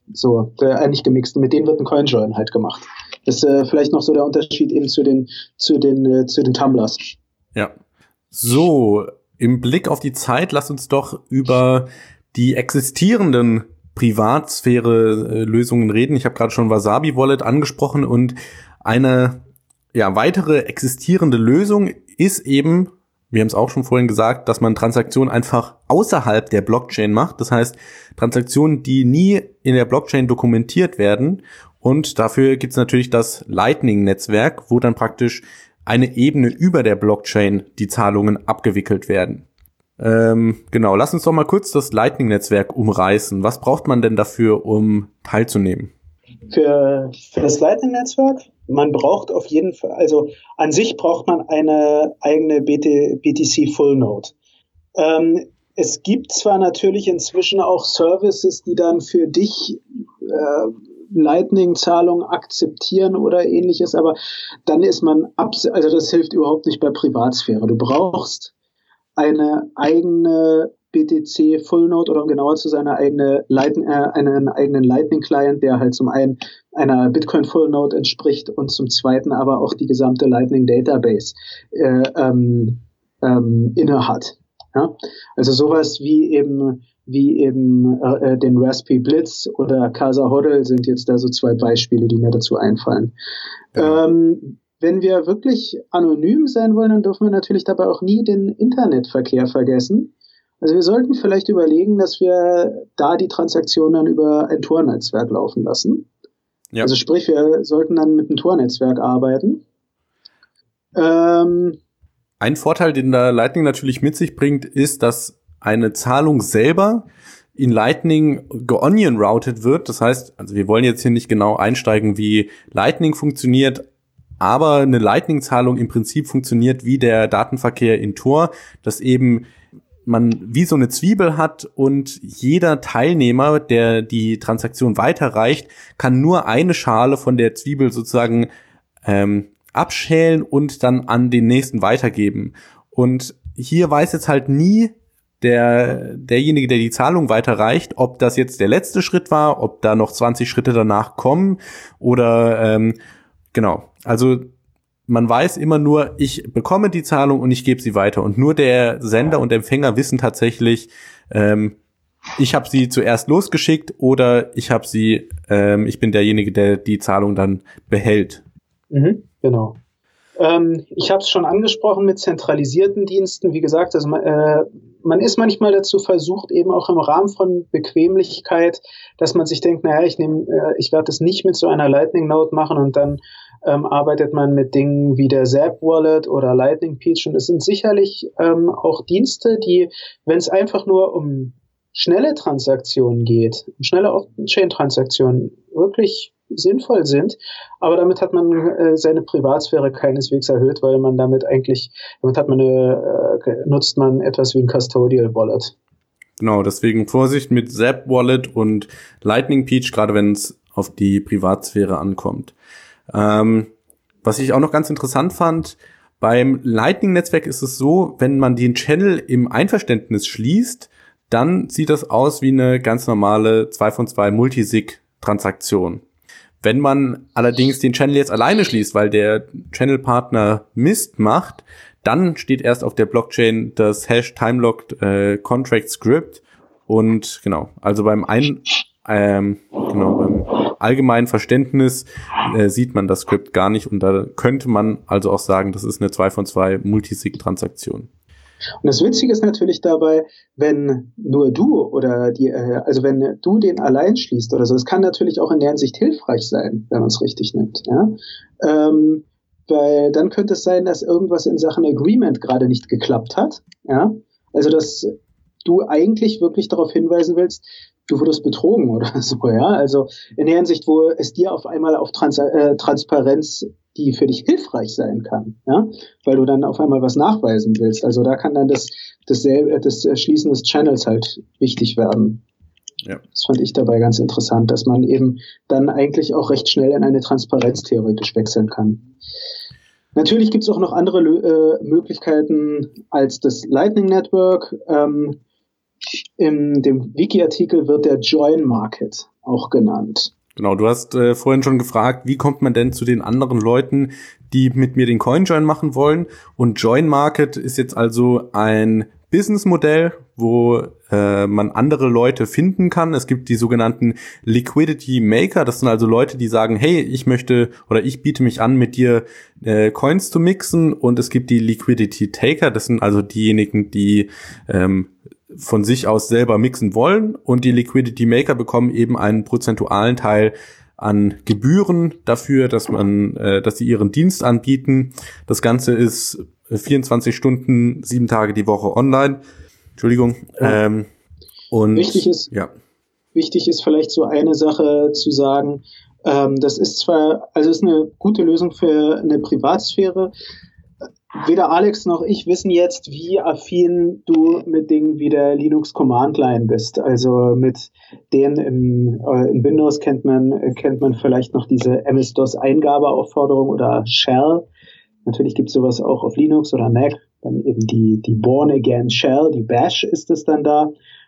So, äh, nicht gemixt. Mit denen wird ein CoinJoin halt gemacht. Das ist äh, vielleicht noch so der Unterschied eben zu den, zu den, äh, zu den Tumblers. Ja. So, im Blick auf die Zeit, lass uns doch über die existierenden Privatsphäre-Lösungen reden. Ich habe gerade schon Wasabi Wallet angesprochen und eine ja weitere existierende Lösung ist eben, wir haben es auch schon vorhin gesagt, dass man Transaktionen einfach außerhalb der Blockchain macht. Das heißt, Transaktionen, die nie in der Blockchain dokumentiert werden. Und dafür gibt es natürlich das Lightning-Netzwerk, wo dann praktisch eine Ebene über der Blockchain die Zahlungen abgewickelt werden. Ähm, genau, lass uns doch mal kurz das Lightning-Netzwerk umreißen. Was braucht man denn dafür, um teilzunehmen? Für, für das Lightning-Netzwerk? Man braucht auf jeden Fall, also an sich braucht man eine eigene B T C Full Node. Ähm, es gibt zwar natürlich inzwischen auch Services, die dann für dich äh, Lightning-Zahlungen akzeptieren oder ähnliches, aber dann ist man, abs- also das hilft überhaupt nicht bei Privatsphäre. Du brauchst eine eigene B T C Full Node oder um genauer zu sein, eine eigene Lightning, äh, einen eigenen Lightning-Client, der halt zum einen einer Bitcoin Full Node entspricht und zum zweiten aber auch die gesamte Lightning Database äh, ähm, ähm, inne hat. Ja? Also sowas wie eben wie eben äh, den Raspberry Blitz oder Casa Hodl sind jetzt da so zwei Beispiele, die mir dazu einfallen. Ja. Ähm, wenn wir wirklich anonym sein wollen, dann dürfen wir natürlich dabei auch nie den Internetverkehr vergessen. Also wir sollten vielleicht überlegen, dass wir da die Transaktionen dann über ein Tor-Netzwerk laufen lassen. Ja. Also sprich, wir sollten dann mit einem Tor-Netzwerk arbeiten. Ähm, ein Vorteil, den da Lightning natürlich mit sich bringt, ist, dass eine Zahlung selber in Lightning geonion-routed wird. Das heißt, also wir wollen jetzt hier nicht genau einsteigen, wie Lightning funktioniert, aber eine Lightning-Zahlung im Prinzip funktioniert wie der Datenverkehr in Tor, dass eben man wie so eine Zwiebel hat und jeder Teilnehmer, der die Transaktion weiterreicht, kann nur eine Schale von der Zwiebel sozusagen ähm, abschälen und dann an den nächsten weitergeben. Und hier weiß jetzt halt nie der derjenige, der die Zahlung weiterreicht, ob das jetzt der letzte Schritt war, ob da noch zwanzig Schritte danach kommen oder ähm, genau. Also man weiß immer nur, ich bekomme die Zahlung und ich gebe sie weiter. Und nur der Sender und Empfänger wissen tatsächlich, ähm, ich habe sie zuerst losgeschickt oder ich habe sie, ähm, ich bin derjenige, der die Zahlung dann behält. Mhm, genau. Ähm, ich habe es schon angesprochen mit zentralisierten Diensten. Wie gesagt, also man, äh, man ist manchmal dazu versucht, eben auch im Rahmen von Bequemlichkeit, dass man sich denkt, naja, ich nehme, äh, ich werde das nicht mit so einer Lightning Node machen und dann ähm, arbeitet man mit Dingen wie der Zap Wallet oder Lightning Peach. Und es sind sicherlich ähm, auch Dienste, die, wenn es einfach nur um schnelle Transaktionen geht, um schnelle Off-Chain-Transaktionen wirklich sinnvoll sind, aber damit hat man äh, seine Privatsphäre keineswegs erhöht, weil man damit eigentlich, damit hat man eine, äh, nutzt man etwas wie ein Custodial Wallet. Genau, deswegen Vorsicht mit Zap Wallet und Lightning Peach, gerade wenn es auf die Privatsphäre ankommt. Ähm, was ich auch noch ganz interessant fand, beim Lightning-Netzwerk ist es so, wenn man den Channel im Einverständnis schließt, dann sieht das aus wie eine ganz normale zwei von zwei Multisig-Transaktion. Wenn man allerdings den Channel jetzt alleine schließt, weil der Channel-Partner Mist macht, dann steht erst auf der Blockchain das Hash Timelocked äh, Contract Script und genau, also beim ein, ähm, genau beim allgemeinen Verständnis äh, sieht man das Skript gar nicht und da könnte man also auch sagen, das ist eine zwei von zwei Multisig-Transaktion. Und das Witzige ist natürlich dabei, wenn nur du oder die, also wenn du den allein schließt oder so, das kann natürlich auch in der Hinsicht hilfreich sein, wenn man es richtig nimmt, ja. Ähm, weil dann könnte es sein, dass irgendwas in Sachen Agreement gerade nicht geklappt hat, ja. Also dass du eigentlich wirklich darauf hinweisen willst, du wurdest betrogen oder so, ja. Also in der Hinsicht, wo es dir auf einmal auf Trans- äh, Transparenz, die für dich hilfreich sein kann, ja, weil du dann auf einmal was nachweisen willst. Also da kann dann das, das, das Schließen des Channels halt wichtig werden. Ja. Das fand ich dabei ganz interessant, dass man eben dann eigentlich auch recht schnell in eine Transparenz theoretisch wechseln kann. Natürlich gibt es auch noch andere äh, Möglichkeiten als das Lightning Network. Ähm, in dem Wiki-Artikel wird der Join Market auch genannt. Genau, du hast äh, vorhin schon gefragt, wie kommt man denn zu den anderen Leuten, die mit mir den CoinJoin machen wollen? Und Join Market ist jetzt also ein Businessmodell, wo äh, man andere Leute finden kann. Es gibt die sogenannten Liquidity Maker. Das sind also Leute, die sagen, hey, ich möchte oder ich biete mich an, mit dir äh, Coins zu mixen. Und es gibt die Liquidity Taker. Das sind also diejenigen, die ähm, von sich aus selber mixen wollen. Und die Liquidity Maker bekommen eben einen prozentualen Teil an Gebühren dafür, dass man, äh, dass sie ihren Dienst anbieten. Das Ganze ist vierundzwanzig Stunden, sieben Tage die Woche online. Entschuldigung. Ja. Ähm, und wichtig ist, ja. wichtig ist vielleicht so eine Sache zu sagen. Ähm, das ist zwar, also ist eine gute Lösung für eine Privatsphäre. Weder Alex noch ich wissen jetzt, wie affin du mit Dingen wie der Linux Command Line bist. Also mit denen im, äh, in Windows kennt man, kennt man vielleicht noch diese M S-DOS Eingabeaufforderung oder Shell. Natürlich gibt es sowas auch auf Linux oder Mac. Dann eben die, die Born Again Shell, die Bash ist es dann da.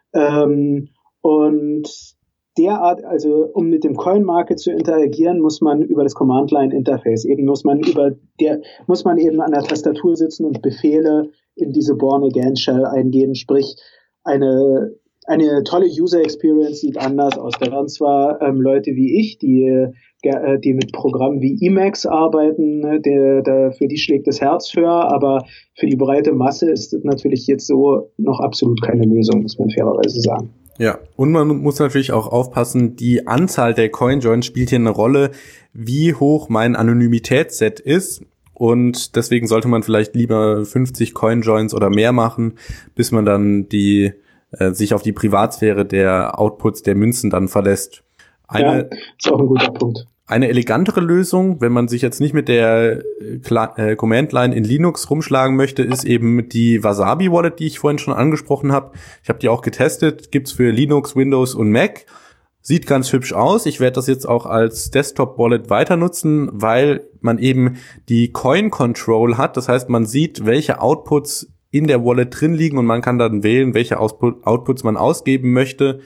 Ähm, und derart, also um mit dem Coin Market zu interagieren, muss man über das Command Line Interface, eben muss man über der, muss man eben an der Tastatur sitzen und Befehle in diese Born Again Shell eingeben, sprich eine, eine tolle User Experience sieht anders aus. Da werden zwar ähm, Leute wie ich, die die mit Programmen wie Emacs arbeiten, der, der, für die schlägt das Herz höher, aber für die breite Masse ist das natürlich jetzt so noch absolut keine Lösung, muss man fairerweise sagen. Ja, und man muss natürlich auch aufpassen, die Anzahl der CoinJoins spielt hier eine Rolle, wie hoch mein Anonymitätsset ist. Und deswegen sollte man vielleicht lieber fünfzig CoinJoins oder mehr machen, bis man dann die äh, sich auf die Privatsphäre der Outputs der Münzen dann verlässt. Eine, ja, ist auch ein guter Punkt. Eine elegantere Lösung, wenn man sich jetzt nicht mit der äh, Command-Line in Linux rumschlagen möchte, ist eben die Wasabi-Wallet, die ich vorhin schon angesprochen habe. Ich habe die auch getestet, gibt's für Linux, Windows und Mac. Sieht ganz hübsch aus. Ich werde das jetzt auch als Desktop-Wallet weiter nutzen, weil man eben die Coin-Control hat. Das heißt, man sieht, welche Outputs in der Wallet drin liegen und man kann dann wählen, welche Outputs man ausgeben möchte.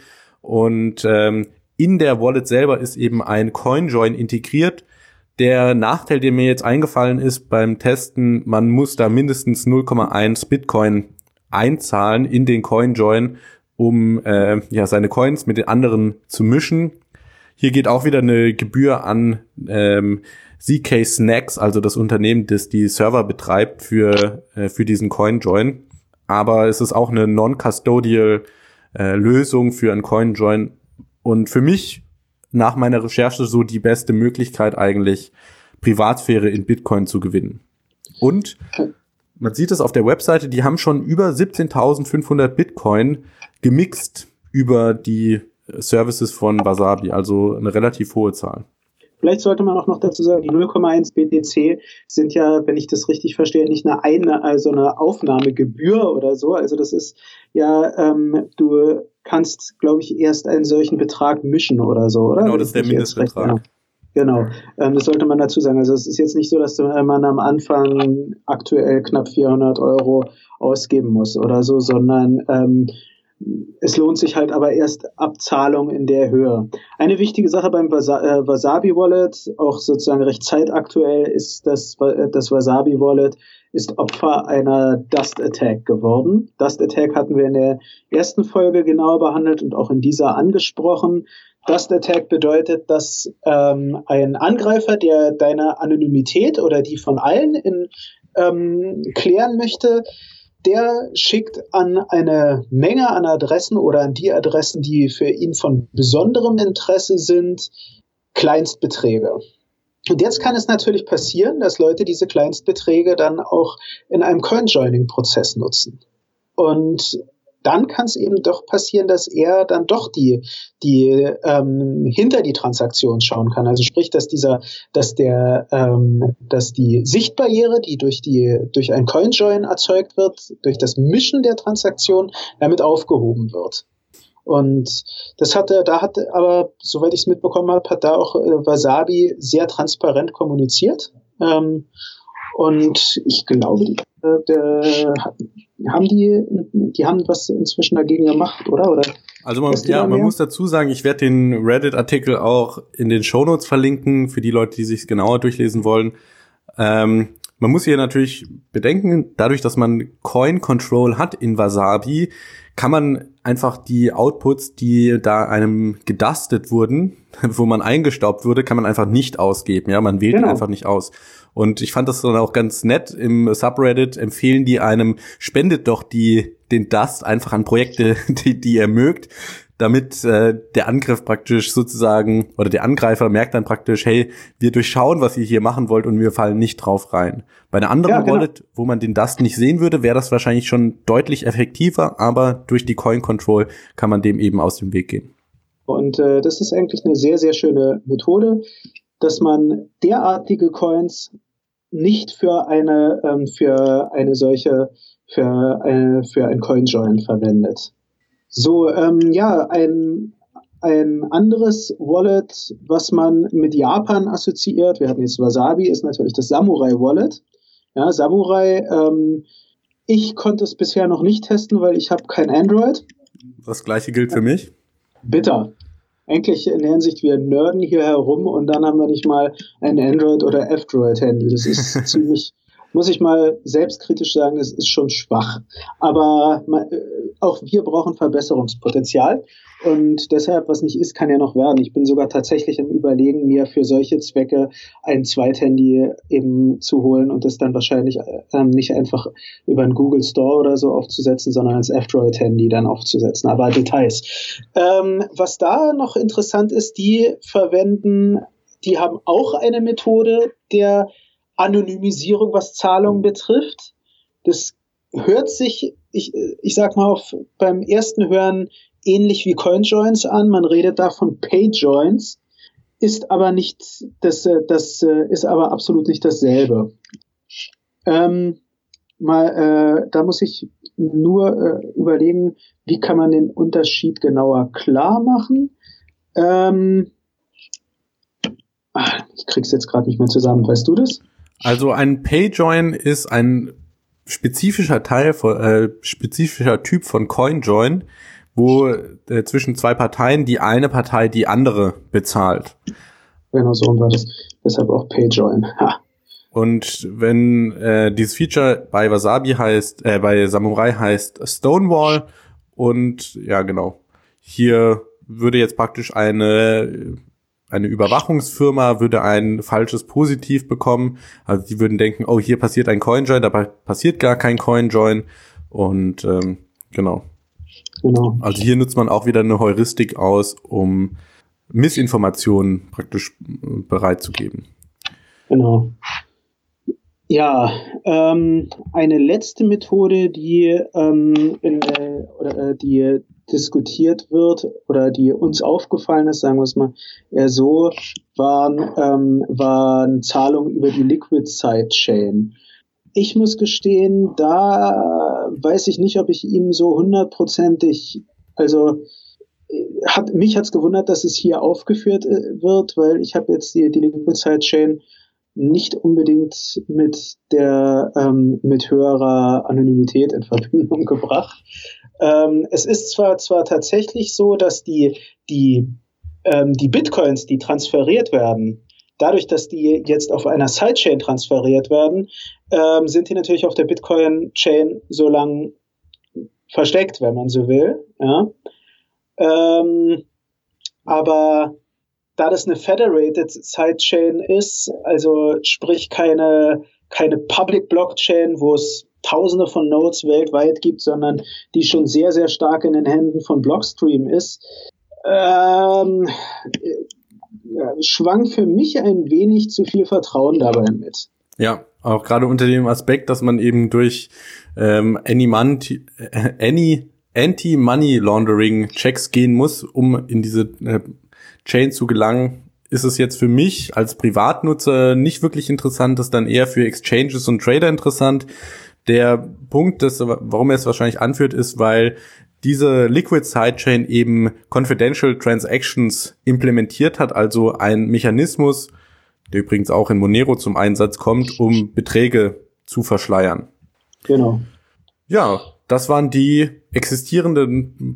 Und ähm, in der Wallet selber ist eben ein CoinJoin integriert. Der Nachteil, der mir jetzt eingefallen ist beim Testen, man muss da mindestens null Komma eins Bitcoin einzahlen in den CoinJoin, um äh, ja seine Coins mit den anderen zu mischen. Hier geht auch wieder eine Gebühr an ähm, Z K Snacks, also das Unternehmen, das die Server betreibt für äh, für diesen CoinJoin. Aber es ist auch eine non-custodial äh, Lösung für einen CoinJoin. Und für mich nach meiner Recherche so die beste Möglichkeit eigentlich, Privatsphäre in Bitcoin zu gewinnen. Und man sieht es auf der Webseite, die haben schon über siebzehntausendfünfhundert Bitcoin gemixt über die Services von Wasabi, also eine relativ hohe Zahl. Vielleicht sollte man auch noch dazu sagen, die null Komma eins B T C sind ja, wenn ich das richtig verstehe, nicht eine, eine also eine Aufnahmegebühr oder so. Also das ist ja, ähm, du kannst, glaube ich, erst einen solchen Betrag mischen oder so, oder? Genau, das ist der Mindestbetrag. Genau, ähm, das sollte man dazu sagen. Also es ist jetzt nicht so, dass man am Anfang aktuell knapp vierhundert Euro ausgeben muss oder so, sondern ähm, es lohnt sich halt aber erst Abzahlung in der Höhe. Eine wichtige Sache beim Wasa- äh, Wasabi Wallet, auch sozusagen recht zeitaktuell, ist, dass das Wasabi Wallet ist Opfer einer Dust Attack geworden. Dust Attack hatten wir in der ersten Folge genauer behandelt und auch in dieser angesprochen. Dust Attack bedeutet, dass ähm, ein Angreifer, der deine Anonymität oder die von allen in, ähm, klären möchte, der schickt an eine Menge an Adressen oder an die Adressen, die für ihn von besonderem Interesse sind, Kleinstbeträge. Und jetzt kann es natürlich passieren, dass Leute diese Kleinstbeträge dann auch in einem Coinjoining-Prozess nutzen. Und dann kann es eben doch passieren, dass er dann doch die, die ähm, hinter die Transaktion schauen kann. Also sprich, dass dieser, dass der, ähm, dass die Sichtbarriere, die durch die durch ein CoinJoin erzeugt wird, durch das Mischen der Transaktion, damit aufgehoben wird. Und das hatte, da hat aber, soweit ich es mitbekommen habe, hat da auch äh, Wasabi sehr transparent kommuniziert. Ähm, Und ich glaube, die, äh, der, haben die, die haben was inzwischen dagegen gemacht, oder? Oder also man, ja, man muss dazu sagen, ich werde den Reddit-Artikel auch in den Shownotes verlinken, für die Leute, die sich genauer durchlesen wollen. Ähm, man muss hier natürlich bedenken, dadurch, dass man Coin Control hat in Wasabi, kann man einfach die Outputs, die da einem gedustet wurden, wo man eingestaubt wurde, kann man einfach nicht ausgeben. Ja, man wählt genau. ihn einfach nicht aus. Und ich fand das dann auch ganz nett. Im Subreddit empfehlen die einem, spendet doch die den Dust einfach an Projekte, die, die ihr mögt, damit äh, der Angriff praktisch sozusagen, oder der Angreifer merkt dann praktisch, hey, wir durchschauen, was ihr hier machen wollt und wir fallen nicht drauf rein. Bei einer anderen ja, genau. Wallet, wo man den Dust nicht sehen würde, wäre das wahrscheinlich schon deutlich effektiver, aber durch die Coin Control kann man dem eben aus dem Weg gehen. Und äh, das ist eigentlich eine sehr, sehr schöne Methode, dass man derartige Coins nicht für eine ähm, für eine solche für eine für ein CoinJoin verwendet. So, ähm, ja, ein ein anderes Wallet, was man mit Japan assoziiert, wir hatten jetzt Wasabi, ist natürlich das Samurai Wallet. Ja, Samurai, ähm, ich konnte es bisher noch nicht testen, weil ich habe kein Android. Das gleiche gilt für mich. Bitter. Eigentlich in der Hinsicht, wir nerden hier herum und dann haben wir nicht mal ein Android- oder F-Droid-Handy. Das ist ziemlich, muss ich mal selbstkritisch sagen, das ist schon schwach. Aber auch wir brauchen Verbesserungspotenzial. Und deshalb, was nicht ist, kann ja noch werden. Ich bin sogar tatsächlich im Überlegen, mir für solche Zwecke ein Zweithandy eben zu holen und das dann wahrscheinlich ähm, nicht einfach über einen Google Store oder so aufzusetzen, sondern als F-Droid-Handy dann aufzusetzen. Aber Details. Ähm, was da noch interessant ist, die verwenden, die haben auch eine Methode der Anonymisierung, was Zahlungen betrifft. Das hört sich, ich, ich sag mal, auf, beim ersten Hören ähnlich wie CoinJoins an. Man redet da von PayJoins, ist aber nicht, das, das ist aber absolut nicht dasselbe. Ähm, mal, äh, da muss ich nur äh, überlegen, wie kann man den Unterschied genauer klar machen. Ähm, ach, ich krieg's jetzt gerade nicht mehr zusammen. Weißt du das? Also ein PayJoin ist ein spezifischer Teil von, äh, spezifischer Typ von CoinJoin, wo äh, zwischen zwei Parteien die eine Partei die andere bezahlt. Genau, so war das. Deshalb auch PayJoin. Ha. Und wenn äh, dieses Feature bei Wasabi heißt, äh, bei Samurai heißt Stonewall und ja genau, hier würde jetzt praktisch eine eine Überwachungsfirma würde ein falsches Positiv bekommen. Also die würden denken, oh, hier passiert ein CoinJoin, dabei passiert gar kein CoinJoin. Und ähm, genau. Genau. Also hier nutzt man auch wieder eine Heuristik aus, um Missinformationen praktisch bereitzugeben. Genau. Ja, ähm, eine letzte Methode, die ähm, in, äh, oder äh, die diskutiert wird oder die uns aufgefallen ist, sagen wir es mal eher so, waren, ähm, waren Zahlungen über die Liquid Sidechain. Ich muss gestehen, da weiß ich nicht, ob ich ihm so hundertprozentig, also hat, mich hat's gewundert, dass es hier aufgeführt wird, weil ich habe jetzt die, die Liquid Sidechain nicht unbedingt mit der ähm, mit höherer Anonymität in Verbindung gebracht. Ähm, es ist zwar zwar tatsächlich so, dass die die ähm, die Bitcoins, die transferiert werden, dadurch, dass die jetzt auf einer Sidechain transferiert werden, ähm, sind die natürlich auf der Bitcoin-Chain so lang versteckt, wenn man so will. Ja. Ähm, aber da das eine Federated Sidechain ist, also sprich keine, keine Public Blockchain, wo es Tausende von Nodes weltweit gibt, sondern die schon sehr, sehr stark in den Händen von Blockstream ist, ähm, ja, schwang für mich ein wenig zu viel Vertrauen dabei mit. Ja, auch gerade unter dem Aspekt, dass man eben durch ähm, Any-Money, äh, Any Anti-Money-Laundering-Checks gehen muss, um in diese äh, Chain zu gelangen, ist es jetzt für mich als Privatnutzer nicht wirklich interessant, das ist dann eher für Exchanges und Trader interessant. Der Punkt, das, warum er es wahrscheinlich anführt, ist, weil diese Liquid Sidechain eben Confidential Transactions implementiert hat, also ein Mechanismus, der übrigens auch in Monero zum Einsatz kommt, um Beträge zu verschleiern. Genau. Ja, das waren die existierenden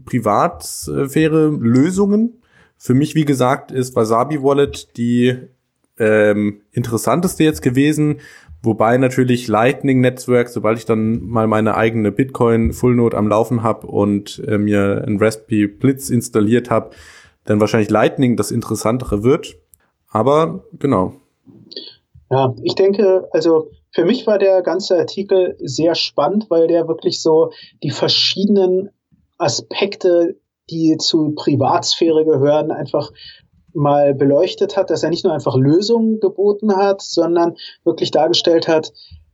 Privatsphäre-Lösungen. Für mich, wie gesagt, ist Wasabi Wallet die ähm, interessanteste jetzt gewesen, wobei natürlich Lightning Network, sobald ich dann mal meine eigene Bitcoin Fullnode am Laufen habe und äh, mir ein Raspberry Blitz installiert habe, dann wahrscheinlich Lightning das Interessantere wird. Aber genau. Ja, ich denke, also für mich war der ganze Artikel sehr spannend, weil der wirklich so die verschiedenen Aspekte, die zu Privatsphäre gehören, einfach mal beleuchtet hat, dass er nicht nur einfach Lösungen geboten hat, sondern wirklich dargestellt hat,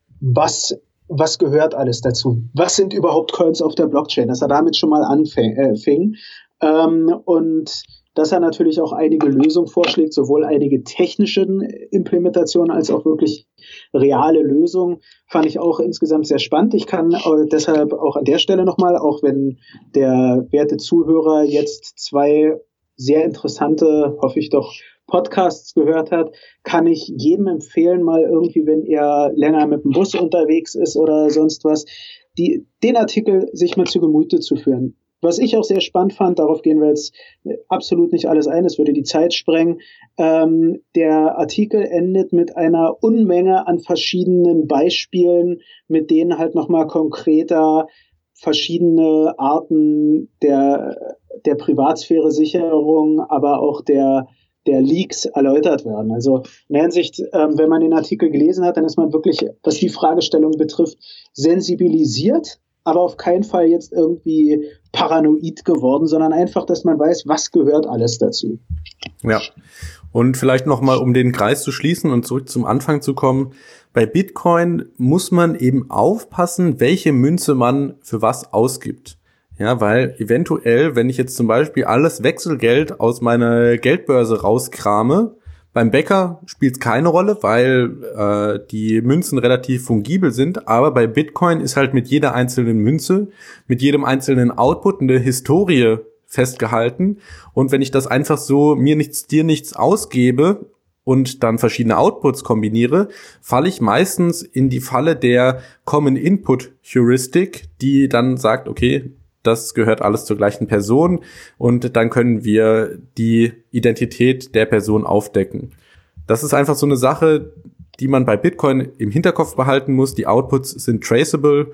was was gehört alles dazu? Was sind überhaupt Coins auf der Blockchain? Dass er damit schon mal anfing. Äh, fing. Ähm, und dass er natürlich auch einige Lösungen vorschlägt, sowohl einige technische Implementationen als auch wirklich reale Lösungen, fand ich auch insgesamt sehr spannend. Ich kann äh, deshalb auch an der Stelle nochmal, auch wenn der werte Zuhörer jetzt zwei sehr interessante, hoffe ich doch, Podcasts gehört hat, kann ich jedem empfehlen, mal irgendwie, wenn er länger mit dem Bus unterwegs ist oder sonst was, die, den Artikel sich mal zu Gemüte zu führen. Was ich auch sehr spannend fand, darauf gehen wir jetzt absolut nicht alles ein, es würde die Zeit sprengen, ähm, der Artikel endet mit einer Unmenge an verschiedenen Beispielen, mit denen halt nochmal konkreter verschiedene Arten der, der Privatsphäre-Sicherung, aber auch der, der Leaks erläutert werden. Also in der Hinsicht, ähm, wenn man den Artikel gelesen hat, dann ist man wirklich, was die Fragestellung betrifft, sensibilisiert, aber auf keinen Fall jetzt irgendwie paranoid geworden, sondern einfach, dass man weiß, was gehört alles dazu. Ja, und vielleicht nochmal, um den Kreis zu schließen und zurück zum Anfang zu kommen, bei Bitcoin muss man eben aufpassen, welche Münze man für was ausgibt. Ja, weil eventuell, wenn ich jetzt zum Beispiel alles Wechselgeld aus meiner Geldbörse rauskrame, beim Bäcker spielt es keine Rolle, weil äh, die Münzen relativ fungibel sind, aber bei Bitcoin ist halt mit jeder einzelnen Münze, mit jedem einzelnen Output eine Historie festgehalten. Und wenn ich das einfach so mir nichts, dir nichts ausgebe und dann verschiedene Outputs kombiniere, falle ich meistens in die Falle der Common Input Heuristic, die dann sagt, okay, das gehört alles zur gleichen Person und dann können wir die Identität der Person aufdecken. Das ist einfach so eine Sache, die man bei Bitcoin im Hinterkopf behalten muss. Die Outputs sind traceable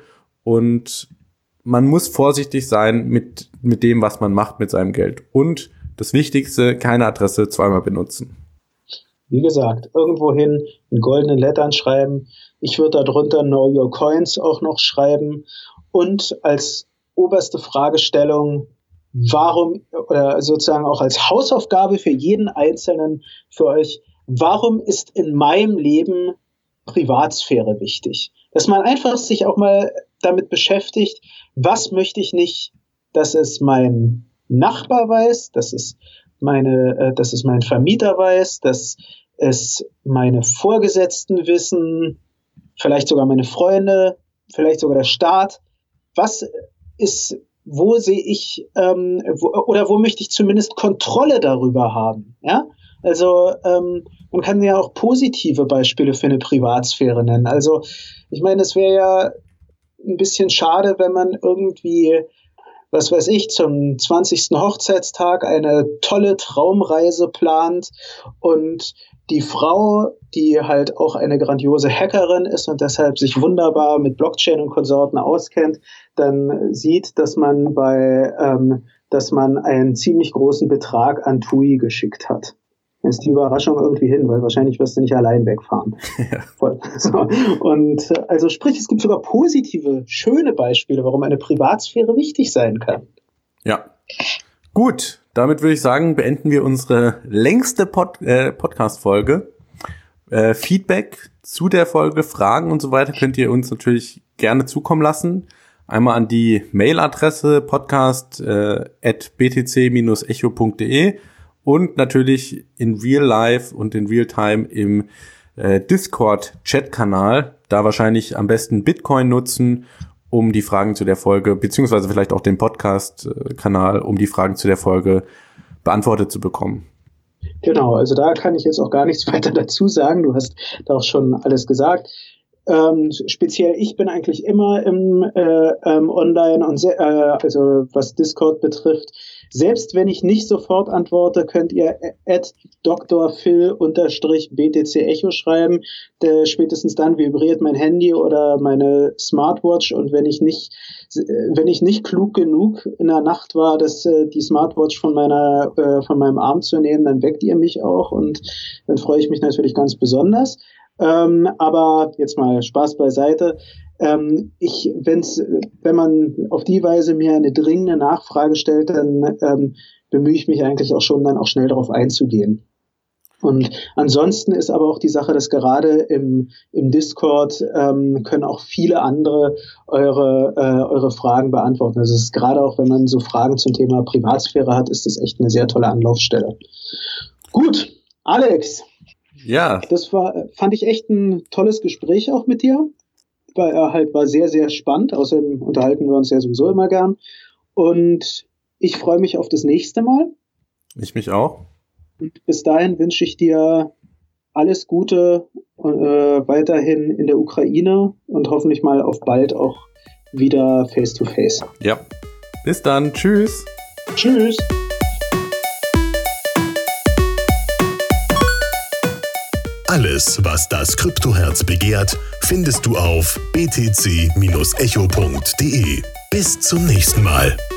und man muss vorsichtig sein mit, mit dem, was man macht mit seinem Geld. Und das Wichtigste, keine Adresse zweimal benutzen. Wie gesagt, irgendwohin in goldenen Lettern schreiben. Ich würde darunter Know Your Coins auch noch schreiben. Und als oberste Fragestellung, warum, oder sozusagen auch als Hausaufgabe für jeden Einzelnen für euch, warum ist in meinem Leben Privatsphäre wichtig? Dass man einfach sich auch mal damit beschäftigt, was möchte ich nicht, dass es mein Nachbar weiß, dass es meine, äh, dass es mein Vermieter weiß, dass es meine Vorgesetzten wissen, vielleicht sogar meine Freunde, vielleicht sogar der Staat. Was ist, wo sehe ich, ähm, wo, oder wo möchte ich zumindest Kontrolle darüber haben, ja? Also, ähm, man kann ja auch positive Beispiele für eine Privatsphäre nennen. Also, ich meine, es wäre ja ein bisschen schade, wenn man irgendwie, was weiß ich, zum zwanzigsten Hochzeitstag eine tolle Traumreise plant und die Frau, die halt auch eine grandiose Hackerin ist und deshalb sich wunderbar mit Blockchain und Konsorten auskennt, dann sieht, dass man bei, ähm, dass man einen ziemlich großen Betrag an T U I geschickt hat. Dann ist die Überraschung irgendwie hin, weil wahrscheinlich wirst du nicht allein wegfahren. Ja. Voll. So. Und also sprich, es gibt sogar positive, schöne Beispiele, warum eine Privatsphäre wichtig sein kann. Ja. Gut, damit würde ich sagen, beenden wir unsere längste Pod- äh, Podcast-Folge. Äh, Feedback zu der Folge, Fragen und so weiter könnt ihr uns natürlich gerne zukommen lassen. Einmal an die Mailadresse podcast äh, at b t c dash echo punkt d e und natürlich in Real Life und in Real Time im äh, Discord-Chat-Kanal. Da wahrscheinlich am besten Bitcoin nutzen, um die Fragen zu der Folge, beziehungsweise vielleicht auch den Podcast-Kanal, um die Fragen zu der Folge beantwortet zu bekommen. Genau, also da kann ich jetzt auch gar nichts weiter dazu sagen. Du hast da auch schon alles gesagt. Ähm, speziell ich bin eigentlich immer im äh, ähm, Online und se- äh, also was Discord betrifft. Selbst wenn ich nicht sofort antworte, könnt ihr at drphil-btc-echo schreiben. Der, spätestens dann vibriert mein Handy oder meine Smartwatch, und wenn ich nicht wenn ich nicht klug genug in der Nacht war, das, äh, die Smartwatch von meiner äh, von meinem Arm zu nehmen, dann weckt ihr mich auch, und dann freue ich mich natürlich ganz besonders. Ähm, aber jetzt mal Spaß beiseite. Ähm, ich, wenn's, wenn man auf die Weise mir eine dringende Nachfrage stellt, dann ähm, bemühe ich mich eigentlich auch schon, dann auch schnell darauf einzugehen. Und ansonsten ist aber auch die Sache, dass gerade im, im Discord ähm, können auch viele andere eure, äh, eure Fragen beantworten. Also es ist gerade auch, wenn man so Fragen zum Thema Privatsphäre hat, ist das echt eine sehr tolle Anlaufstelle. Gut, Alex. Ja. Das war, fand ich echt ein tolles Gespräch auch mit dir. War, äh, halt, war sehr, sehr spannend. Außerdem unterhalten wir uns ja sowieso immer gern. Und ich freue mich auf das nächste Mal. Ich mich auch. Und bis dahin wünsche ich dir alles Gute äh, weiterhin in der Ukraine und hoffentlich mal auf bald auch wieder face to face. Ja. Bis dann. Tschüss. Tschüss. Alles, was das Kryptoherz begehrt, findest du auf b t c Bindestrich echo Punkt d e. Bis zum nächsten Mal.